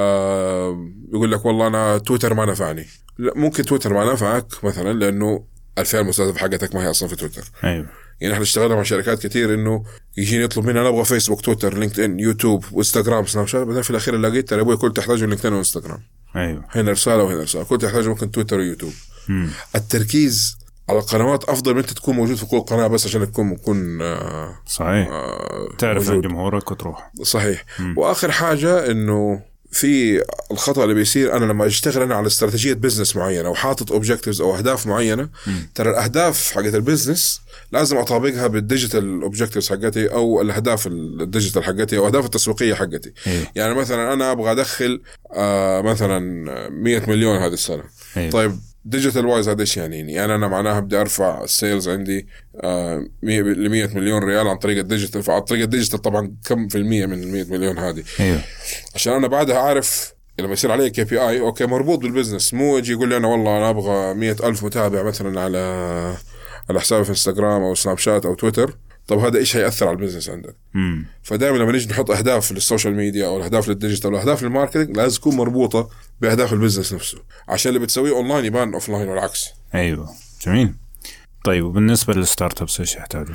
آه يقول لك والله أنا تويتر ما نفعني. لا، ممكن تويتر ما نفعك مثلا لأنه الفئة المستهدفة حقتك ما هي أصلا في تويتر. أيوه. يعني احنا اشتغلنا مع شركات كتير انه يجيني يطلب مننا نبغى فيسبوك، تويتر، لينكدين، يوتيوب، وانستغرام، سناب شات، بعدين في الاخير لقيت ترى ابوي كل تحتاجه لينكدين وانستغرام. ايوه. هنا رساله وهنا رساله، كل تحتاجه ممكن تويتر ويوتيوب. مم. التركيز على القنوات افضل من انت تكون موجود في كل قناه بس عشان تكون تكون آه صحيح آه تعرف عن جمهورك وتروح. صحيح. مم. واخر حاجه انه في الخطأ اللي بيصير أنا لما أشتغل أنا على استراتيجية بزنس معينة أو حاطط أوبجكتيفز أو أهداف معينة، ترى الأهداف حقت البزنس لازم أطابقها بالديجيتال أوبجكتيفز حقتي أو الأهداف الديجيتال حقتي أو أهداف التسويقية حقتي. إيه. يعني مثلا أنا أبغى أدخل آه مثلا مية مليون هذه السنة. إيه. طيب ديجيتال وايز هذا إيش يعني؟ يعني أنا معناها بدي أرفع السيلز عندي آه لمية مليون ريال عن طريق الديجيتال. فعن طريق الديجيتال طبعا كم في المية من المية مليون هذه؟ أيوه. عشان أنا بعدها أعرف لما يصير عليه كي بي آي أوكي مربوط بالبزنس، مو يجي يقول لي أنا والله أنا أبغى مية ألف متابع مثلا على على حسابي في انستغرام أو سناب شات أو تويتر، طب هذا إيش هيأثر على البزنس عندك؟ مم. فدائما لما نيجي نحط أهداف للسوشيال ميديا أو أهداف للديجيتال أو أهداف للماركتينج لازم تكون مربوطة بأهداف البزنس نفسه، عشان اللي بتسويه أونلاين يبان أوفلاين والعكس. أيوة جميل. طيب وبالنسبة للستارت ابس ايش يحتاجوا؟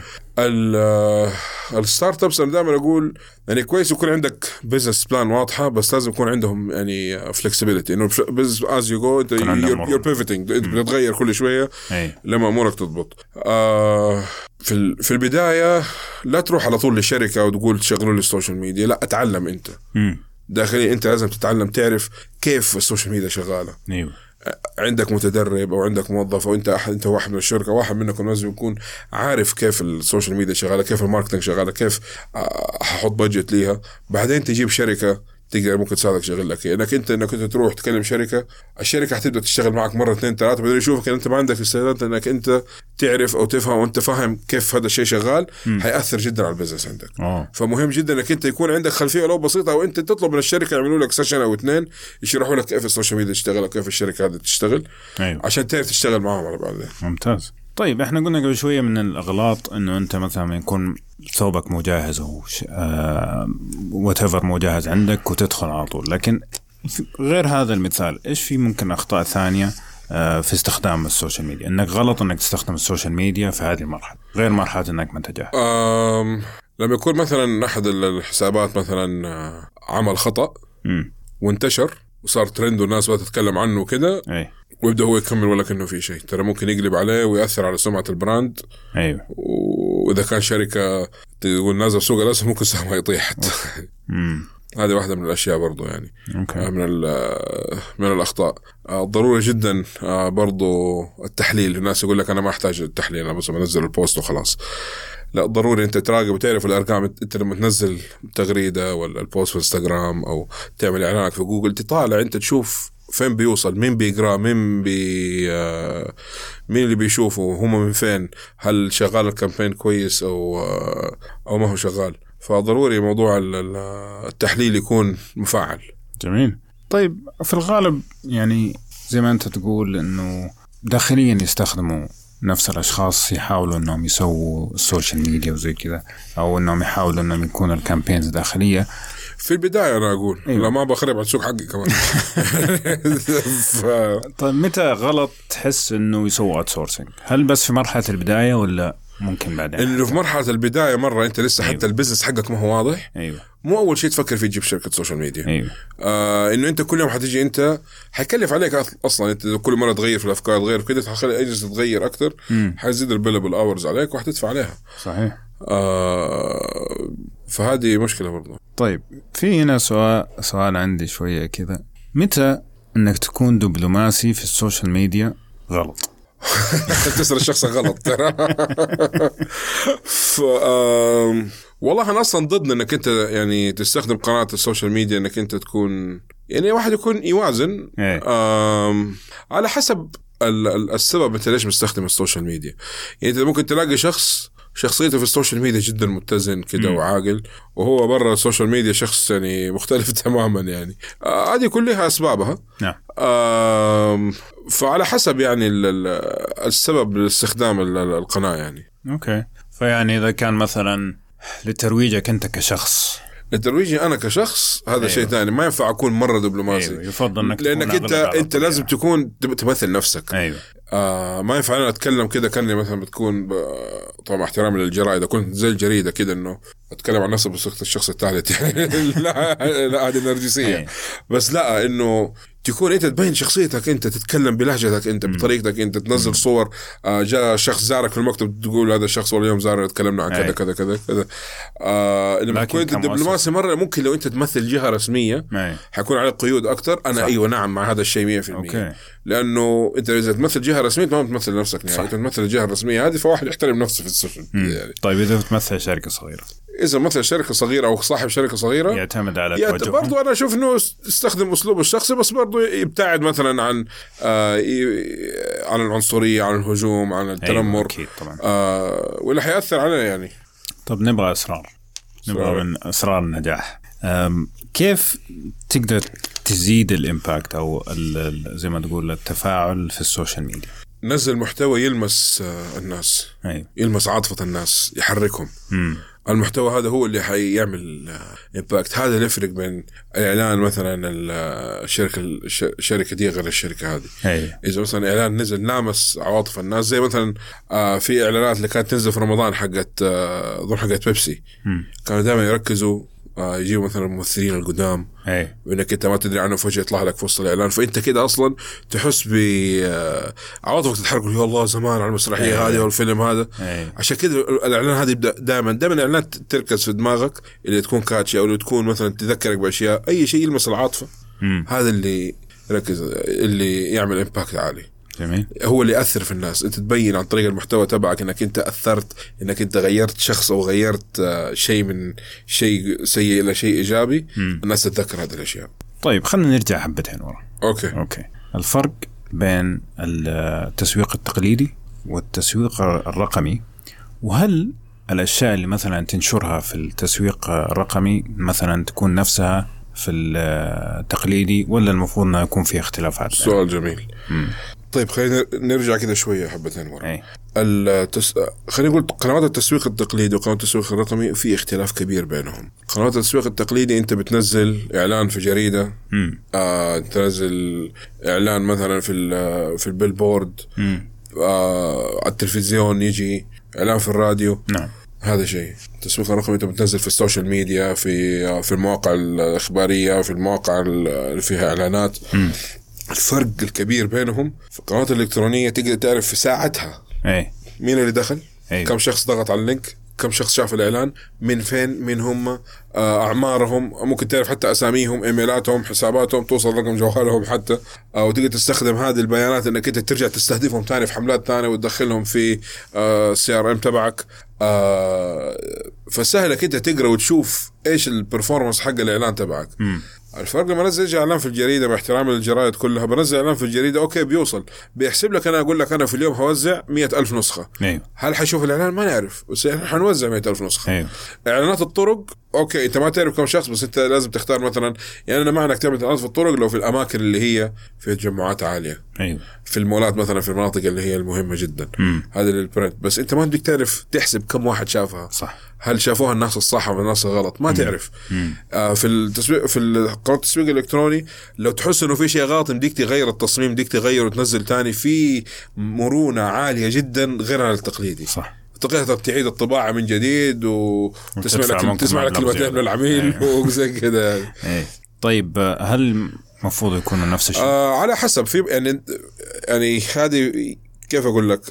الستارت ابس انا دائما اقول يعني كويس يكون عندك بزنس بلان واضحه، بس لازم يكون عندهم يعني فلكسبيليتي، انه بزنس از يو جو انت يور بيفوتينج، انت بتتغير كل شويه أي. لما امورك تضبط. آه في في البدايه لا تروح على طول للشركه وتقول تشغلوا لي السوشيال ميديا، لا اتعلم انت م. داخلي، انت لازم تتعلم تعرف كيف السوشيال ميديا شغاله. ايوه عندك متدرب او عندك موظف او انت انت واحد من الشركه، واحد منكم لازم يكون عارف كيف السوشيال ميديا شغاله، كيف الماركتنج شغاله، كيف هحط بادجت ليها. بعدين تجيب شركه تقدر ممكن تساعدك تشغل لك، انك انت انك انت تروح تكلم شركه، الشركه هتبدا تشتغل معك مره اثنين ثلاثه، بعدين يشوفك انت ما عندك استعداد انك انت تعرف او تفهم وانت فاهم كيف هذا الشيء شغال، م. هيأثر جدا على البزنس عندك. أوه. فمهم جدا انك انت يكون عندك خلفيه لو بسيطه، او انت تطلب من الشركه يعملوا لك سيشن او اثنين يشرحوا لك كيف السوشيال ميديا تشتغل وكيف الشركه هذه تشتغل. أيوه. عشان تعرف تشتغل معهم على بعض. ممتاز. طيب احنا قلنا قبل شويه من الاغلاط انه انت مثلا يكون ثوبك مجهز او آه whatever مجهز عندك وتدخل على طول، لكن غير هذا المثال ايش في ممكن اخطاء ثانيه آه في استخدام السوشيال ميديا؟ انك غلط انك تستخدم السوشيال ميديا في هذه المرحله غير مرحله انك ما تجاهل. لما يكون مثلا احد الحسابات مثلا عمل خطا م. وانتشر وصار ترند والناس بدأت تتكلم عنه وكده، ويبدأ هو يكمل ولا كأنه في شيء، ترى ممكن يقلب عليه ويأثر على سمعة البراند. أيوة. وإذا كان شركة تقول نازل سوق الأسهم ممكن سهمها يطيح. هذه واحدة من الأشياء برضو يعني. أوكي. من من الأخطاء. ضروري جدا برضو التحليل. الناس يقول لك أنا ما أحتاج التحليل، أنا بس بنزل البوست وخلاص. لا، ضروري انت تراقب وتعرف الارقام. انت لما تنزل تغريده ولا البوست في انستغرام او تعمل اعلانك في جوجل، تطالع انت تشوف فين بيوصل، مين بيقرا، مين بي آه مين اللي بيشوفه، هم من فين، هل شغال الكامبين كويس او آه او ما هو شغال. فضروري موضوع التحليل يكون مفعل. جميل. طيب في الغالب يعني زي ما انت تقول انه داخليا يستخدموا نفس الأشخاص يحاولوا أنهم يسووا السوشيال ميديا وزي كذا، أو أنهم يحاولوا أنهم يكونوا الكامبينز داخلية في البداية. أنا أقول أيوة. لا ما بخرب على السوق حقي كمان. ف... طيب متى غلط تحس أنه يسووا أوتسورسينج؟ هل بس في مرحلة البداية ولا ممكن بعدين؟ إنه في مرحلة البداية مرة أنت لسه أيوة. حتى البزنس حقك ما هو واضح. أيوة. مو أول شيء تفكر فيه تجيب شركة سوشيال ميديا. أيوة. آه إنه أنت كل يوم حتيجي أنت حيكلف عليك أصلاً. أنت كل مرة تغير في الأفكار تغير في كده، حخلي أجهزة تغير أكتر، حيزيد البيلبل أورز عليك وحتدفع عليها. صحيح. آه فهذه مشكلة برضه. طيب في هنا سؤال سؤال عندي شوية كذا، متى إنك تكون دبلوماسي في السوشيال ميديا غلط؟ تسأل الشخص غلط ترى. ف والله أنا أصلا ضد إنك أنت يعني تستخدم قناة السوشيال ميديا إنك أنت تكون يعني واحد يكون يوازن على حسب السبب أنت ليش مستخدم السوشيال ميديا. يعني أنت ممكن تلاقي شخص شخصيته في السوشيال ميديا جدا متزن كده وعاقل، وهو برا السوشيال ميديا شخص يعني مختلف تماما. يعني هذه آه كلها أسبابها. نعم. آه فعلى حسب يعني السبب لاستخدام القناة يعني. أوكي. فيعني إذا كان مثلا لترويجك أنت كشخص، لترويجي أنا كشخص هذا أيوه. شيء ثاني. ما ينفع أكون مرة دبلوماسي. أيوه. يفضل أنك لأنك أنت أنت لازم يعني. تكون تمثل نفسك. أيوه. آه ما ينفع أنا أتكلم كده كأني مثلا بتكون طبعا احترامي للجرائد كنت زي الجريدة كده إنه أتكلم عن نفسي بصيغة الشخص الثالث يعني. لا لا هذه نرجسية. أيوه. بس لا إنه تكون أنت تبين شخصيتك، أنت تتكلم بلهجتك، أنت بطريقتك، أنت تنزل صور. آه جاء شخص زارك في المكتب تقول هذا الشخص واليوم زار تكلمنا عن كذا كذا كذا كذا. آه إنما تكون أنت دبلوماسي مرة ممكن لو أنت تمثل جهة رسمية أي. حيكون عليك قيود أكتر. أنا صح. أيوة نعم مع هذا الشيء مية في المية. لأنه أنت إذا تمثل جهة رسمية ما تمثل نفسك يعني. أنت تمثل الجهة الرسمية هذه فواحد يحترم نفسه في السوشيال يعني. طيب إذا تمثل شركة صغيرة، إذا مثل شركة صغيرة أو صاحب شركة صغيرة يعتمد على توجهه. برضو أنا أشوف إنه يستخدم أسلوبه الشخصي، بس برضو يبتعد مثلا عن آه عن العنصرية، عن الهجوم، عن التنمر. أكيد طبعا. آه ولا حيأثر علينا يعني. طب نبغى أسرار نبغى من أسرار النجاح. كيف تقدر تزيد الإمباكت أو زي ما تقول التفاعل في السوشيال ميديا؟ نزل محتوى يلمس الناس، أيوة. يلمس عاطفة الناس، يحركهم. مم. المحتوى هذا هو اللي حيعمل امباكت. هذا اللي يفرق بين الاعلان مثلا الشركه الشركه دي غير الشركه هذه. أيوة. اذا مثلا اعلان نزل لامس عواطف الناس، زي مثلا في اعلانات اللي كانت تنزل في رمضان حقت ظهر حقت بيبسي، كانوا دائما يركزوا يجيبوا مثلا الممثلين القدام، أي. وإنك أنت ما تدري عنه فجأة يطلع لك في وسط الإعلان، فأنت كده أصلا تحس بعواطفك تتحرك، يا الله زمان على المسرحية هذه والفيلم هذا. أي. عشان كده الإعلان هذا يبدأ دائما دائما الإعلانات تركز في دماغك، اللي تكون كاتشي أو اللي تكون مثلا تذكرك بأشياء، أي شيء يلمس العاطفة. م. هذا اللي ركز، اللي يعمل إمباكت عالي. جميل. هو اللي يأثر في الناس. أنت تبين عن طريق المحتوى تبعك إنك أنت أثرت، إنك أنت غيرت شخص أو غيرت شيء من شيء سيء إلى شيء إيجابي. م. الناس تتذكر هذه الأشياء. طيب خلنا نرجع حبتين ورا. أوكي. أوكي. الفرق بين التسويق التقليدي والتسويق الرقمي، وهل الأشياء اللي مثلا تنشرها في التسويق الرقمي مثلا تكون نفسها في التقليدي، ولا المفروض أن يكون فيها اختلافات؟ سؤال جميل. م. طيب خلينا نرجع كده شوية حبتين ورا. التس... خلينا نقول قنوات التسويق التقليدي وقنوات التسويق الرقمي في اختلاف كبير بينهم. قنوات التسويق التقليدي انت بتنزل اعلان في جريدة، آه، تنزل اعلان مثلا في في البيلبورد، آه، على التلفزيون يجي اعلان في الراديو. نعم. هذا شيء. التسويق الرقمي انت بتنزل في السوشيال ميديا، في في المواقع الاخبارية، في المواقع اللي فيها اعلانات. م. الفرق الكبير بينهم في القنوات الإلكترونية تقدر تعرف في ساعتها أي. مين اللي دخل، أي. كم شخص ضغط على اللينك، كم شخص شاف الإعلان، من فين، من هم، أعمارهم، ممكن تعرف حتى أساميهم، إيميلاتهم، حساباتهم، توصل رقم جوالهم حتى، وتقدر تستخدم هذه البيانات إنك أنت ترجع تستهدفهم تاني في حملات تانية وتدخلهم في سي آر إم تبعك. فسهلك أنت تقرأ وتشوف إيش البرفورمانس حق الإعلان تبعك. م. الفرق لما نزل إعلان في الجريدة، باحترام الجرائد كلها، بنزل إعلان في الجريدة أوكي بيوصل، بيحسب لك أنا أقول لك أنا في اليوم هوزع مئة ألف نسخة. أيوه. هل حيشوف الإعلان؟ ما نعرف، بس إحنا حنوزع مئة ألف نسخة. أيوه. إعلانات الطرق أوكي أنت ما تعرف كم شخص، بس أنت لازم تختار مثلا، يعني أنا معنى تعمل إعلانات في الطرق لو في الأماكن اللي هي في تجمعات عالية. أيوه. في المولات مثلا، في المناطق اللي هي المهمة جدا. م. هذا للبرنت، بس أنت ما بدك تعرف تحسب كم واحد شافها. صح. هل شافوها الناس الصح ولا الناس الغلط؟ ما م. تعرف. آه في التسويق، في قناة التسويق الإلكتروني، لو تحس إنه في شيء غلط بدك تغير التصميم، بدك تغير وتنزل تاني، في مرونة عالية جدا غير على التقليدي. صح. تقدر تعيد الطباعة من جديد وتسمع لك تسمع لك كلمتين من العميل وزي كده. طيب هل المفروض يكون نفس الشيء؟ آه على حسب، في يعني يعني هذه كيف أقول لك،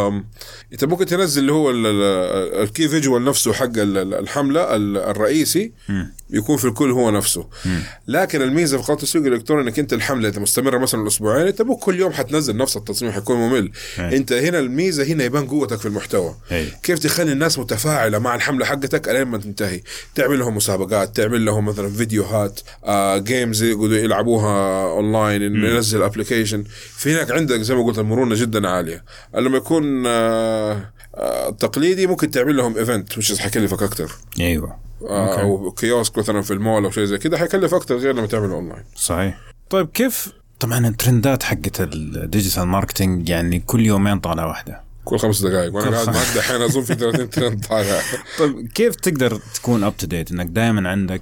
أنت ممكن تنزل اللي هو الكي فيجوال نفسه حق الحملة الرئيسي م. يكون في الكل هو نفسه. م. لكن الميزة في قناة التسويق الإلكتروني إنك أنت الحملة إذا مستمرة مثلا أسبوعين، أنت مو كل يوم حتنزل نفس التصميم، حيكون ممل. هي. أنت هنا الميزة هنا يبان قوتك في المحتوى. هي. كيف تخلي الناس متفاعلة مع الحملة حقتك ألين ما تنتهي، تعمل لهم مسابقات، تعمل لهم مثلا فيديوهات، آه جيمز يقولوا يلعبوها أونلاين، ينزل أبليكيشن. في هناك عندك زي ما قلت المرونة جدا عالية. لما يكون آه آه تقليدي ممكن تعمل لهم ايفنت مش حيكلفك اكتر. ايوه. آه او كيوسك مثلا في المول او شيء زي كده حيكلف اكتر غير لما تعمله اونلاين. صحيح. طيب كيف طبعا الترندات حقت الديجيتال ماركتينج يعني كل يومين طالعه واحده، كل خمس دقائق وانا قاعد معك دحين اظن في ثلاثين ترند طالع. طيب كيف تقدر تكون اب تو ديت انك دائما عندك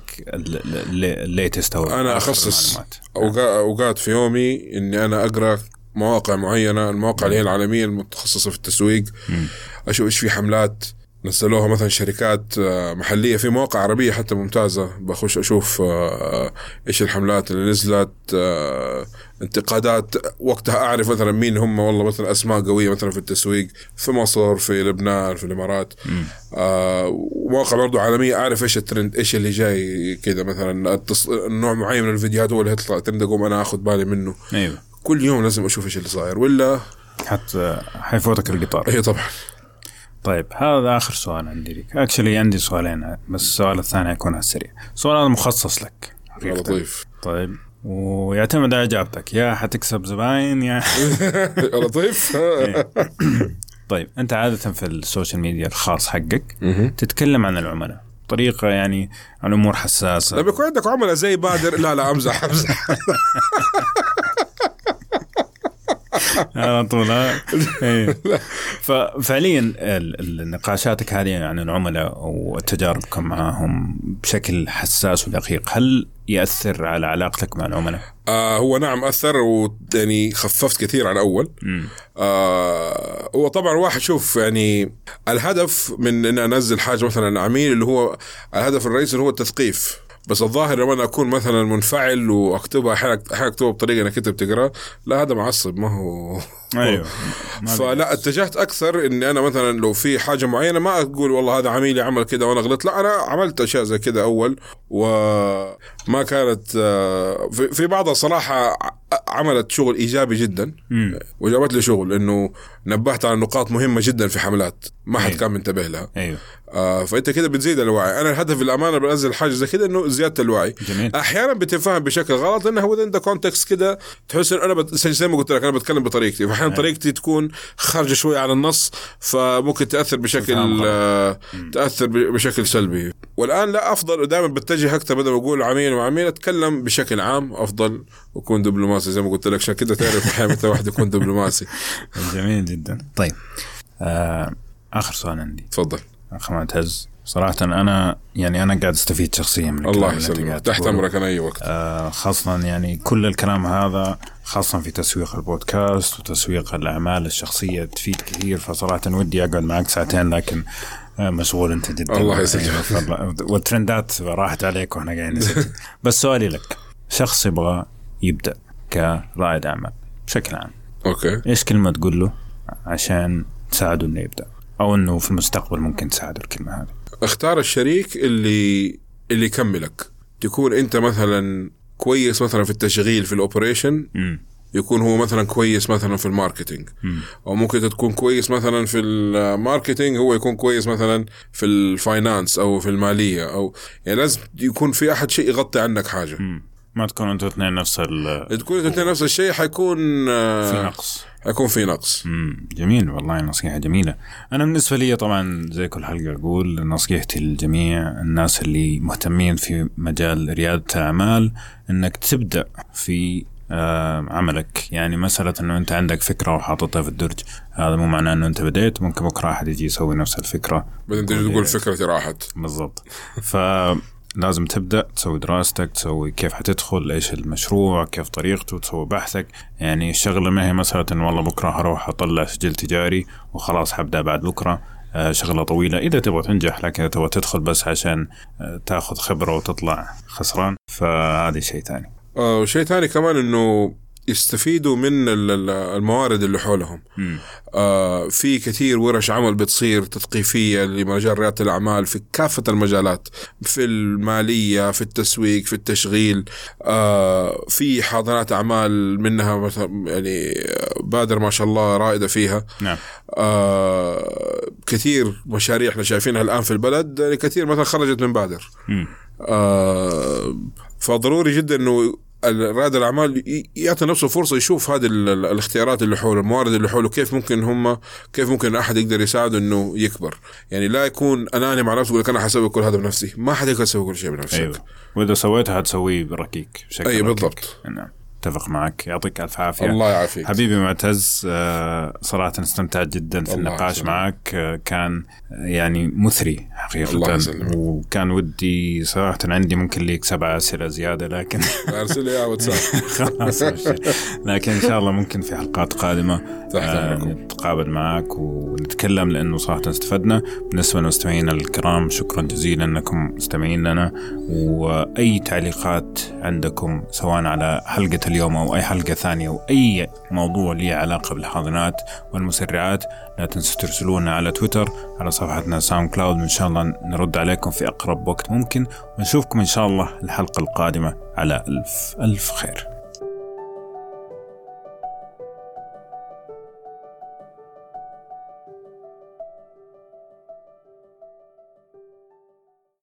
الليتست؟ انا اخصص اوقات في يومي اني انا اقرا مواقع معينة، المواقع اللي هي العالمية المتخصصة في التسويق، م. أشوف إيش في حملات نزلوها مثلا شركات محلية، في مواقع عربية حتى ممتازة، بخش أشوف إيش الحملات اللي نزلت، انتقادات وقتها أعرف مثلا مين هم، والله مثلا أسماء قوية مثلا في التسويق في مصر، في لبنان، في الإمارات. آه ومواقع برضو عالمية أعرف إيش الترند، إيش اللي جاي كده، مثلا التص... النوع معين من الفيديوهات هو اللي هيطلع ترند، أقوم أنا أخذ بالي منه. أيوة. كل يوم لازم أشوف إيش اللي صاير ولا حتى حيفوتك القطار. هي طبعا. طيب هذا آخر سؤال عندي لك. أكشلي عندي سؤالين بس السؤال الثاني يكون على السريع. سؤال مخصص لك. لطيف. طيب ويعتمد على إجابتك، يا حتكسب زباين يا لطيف. طيب أنت عادة في السوشيال ميديا الخاص حقك تتكلم عن العملاء طريقة يعني عن أمور حساسة. لما يكون عندك عملاء زي بادر لا لا أمزح أمزح على طول. ففعليا النقاشاتك هذه عن العملاء وتجاربكم معهم بشكل حساس ودقيق هل يأثر على علاقتك مع العملاء؟ آه هو نعم أثر، ويعني خففت كثير عن أول. آه هو طبعا واحد شوف يعني الهدف من أن أنزل حاجة مثلا عميل اللي هو الهدف الرئيسي هو التثقيف، بس الظاهر لما أنا أكون مثلا منفعل وأكتبها أحيانا أكتبها بطريقة أنك أنت بتقرأ، لا هذا معصب ما هو. أيوه. فلا اتجهت أكثر إني أنا مثلا لو في حاجة معينة ما أقول والله هذا عميلي عمل كده وأنا غلط، لا أنا عملت أشياء زي كده أول وما كانت في بعضها صراحة عملت شغل إيجابي جدا وجابت لي شغل، إنه نبهت على نقاط مهمة جدا في حملات ما حد كان منتبه لها. أيوه. آه فأنت كده بتزيد الوعي. أنا الهدف الأمانة بنزل حاجة زي كده إنه زيادة الوعي. جميل. أحيانا بتفهم بشكل غلط إنه هو ده كونتكست كده تحس إن أنا بت... زي ما قلت لك أنا بتكلم بطريقتي، فأحيانا طريقتي تكون خارجة شوية عن النص فممكن تأثر بشكل آه تأثر بشكل سلبي. والآن لا أفضل دائما بتجه أكتر بدل ما أقول عميل وعميل أتكلم بشكل عام أفضل وأكون دبلوماسي زي ما قلت لك، عشان كده تعرف أحيانا متى واحد يكون دبلوماسي. جميل جدا. طيب آه آخر سؤال عندي. تفضل. أخ معتز صراحة أنا يعني أنا قاعد استفيد شخصيا من الكلام. الله يسلمك، تحت أمرك أنا أي وقت. آه خاصة يعني كل الكلام هذا خاصة في تسويق البودكاست وتسويق الأعمال الشخصية تفيد كثير، فصراحة ودي أقعد معك ساعتين لكن آه مشغول أنت جدا. الله يسلمك. والترندات راحت عليك وإحنا قاعدين نسجل. بس سؤالي لك، شخص يبغى يبدأ كرائد أعمال بشكل عام، أوكي، إيش كلمة تقول له عشان تساعده إنه يبدأ أو إنه في المستقبل ممكن تساعده الكلمة هذه؟ اختار الشريك اللي اللي يكملك. تكون أنت مثلا كويس مثلا في التشغيل في الأوبريشن، يكون هو مثلا كويس مثلا في الماركتينج، أو ممكن تكون كويس مثلا في الماركتينج هو يكون كويس مثلا في الفاينانس أو في المالية، أو يعني لازم يكون في أحد شيء يغطي عنك حاجة. م. ما تكون أنتوا اثنين نفس ال تكون أنتوا اثنين نفس الشيء حيكون في نقص حيكون في نقص. امم جميل والله، نصيحة جميلة. أنا بالنسبة لي طبعا زي كل حلقة أقول نصيحتي للجميع الناس اللي مهتمين في مجال ريادة الأعمال إنك تبدأ في آه عملك. يعني مسألة إنه أنت عندك فكرة وحاططها في الدرج هذا مو معناه إنه أنت بديت، ممكن بكرة أحد يجي يسوي نفس الفكرة بعدين تيجي تقول فكرتي راحت. بالضبط. ف لازم تبدأ تسوي دراستك، تسوي كيف حتدخل، إيش المشروع، كيف طريقته، تسوي بحثك. يعني الشغلة ما هي مسألة إن والله بكرة هروح أطلع سجل تجاري وخلاص حبدأ بعد بكرة. آه شغلة طويلة إذا تبغى تنجح، لكن تبغى تدخل بس عشان آه تأخذ خبرة وتطلع خسران فهذا شيء ثاني. آه وشيء ثاني كمان إنه يستفيدوا من الموارد اللي حولهم. آه في كثير ورش عمل بتصير تثقيفية لمجال ريادة الأعمال في كافة المجالات، في المالية، في التسويق، في التشغيل. آه في حاضنات أعمال منها مثلا يعني بادر ما شاء الله رائدة فيها. نعم. آه كثير مشاريع احنا شايفينها الآن في البلد، يعني كثير مثلا خرجت من بادر. آه فضروري جدا إنه رائد الأعمال يعطي نفسه فرصة يشوف هذه الاختيارات اللي حوله، الموارد اللي حوله، كيف ممكن هم كيف ممكن أحد يقدر يساعده إنه يكبر. يعني لا يكون أناني مع نفسه يقول لك أنا حسوي كل هذا بنفسي، ما حد يقدر يسوي كل شيء بنفسك. أيوة. وإذا سويتها هتسويه بركيك. أي بالضبط. نعم. اتفق معك، يعطيك الف عافيه. الله يعافيك حبيبي معتز. صراحه استمتعت جدا في النقاش يسلم. معك كان يعني مثري حقيقه، وكان ودي صراحه عندي ممكن ليك سبع اسئله زياده لكن ارسل لي واتساب خلاص. لكن ان شاء الله ممكن في حلقات قادمه نتقابل معك ونتكلم، لانه صراحه استفدنا. بالنسبه للمستمعين الكرام شكرا جزيلا انكم مستمعين لنا، واي تعليقات عندكم سواء على حلقه اليوم أو أي حلقة ثانية أو أي موضوع لي علاقة بالحاضنات والمسرعات لا تنسوا ترسلونا على تويتر على صفحتنا ساوند كلاود، وإن شاء الله نرد عليكم في أقرب وقت ممكن، ونشوفكم إن شاء الله الحلقة القادمة على ألف ألف خير.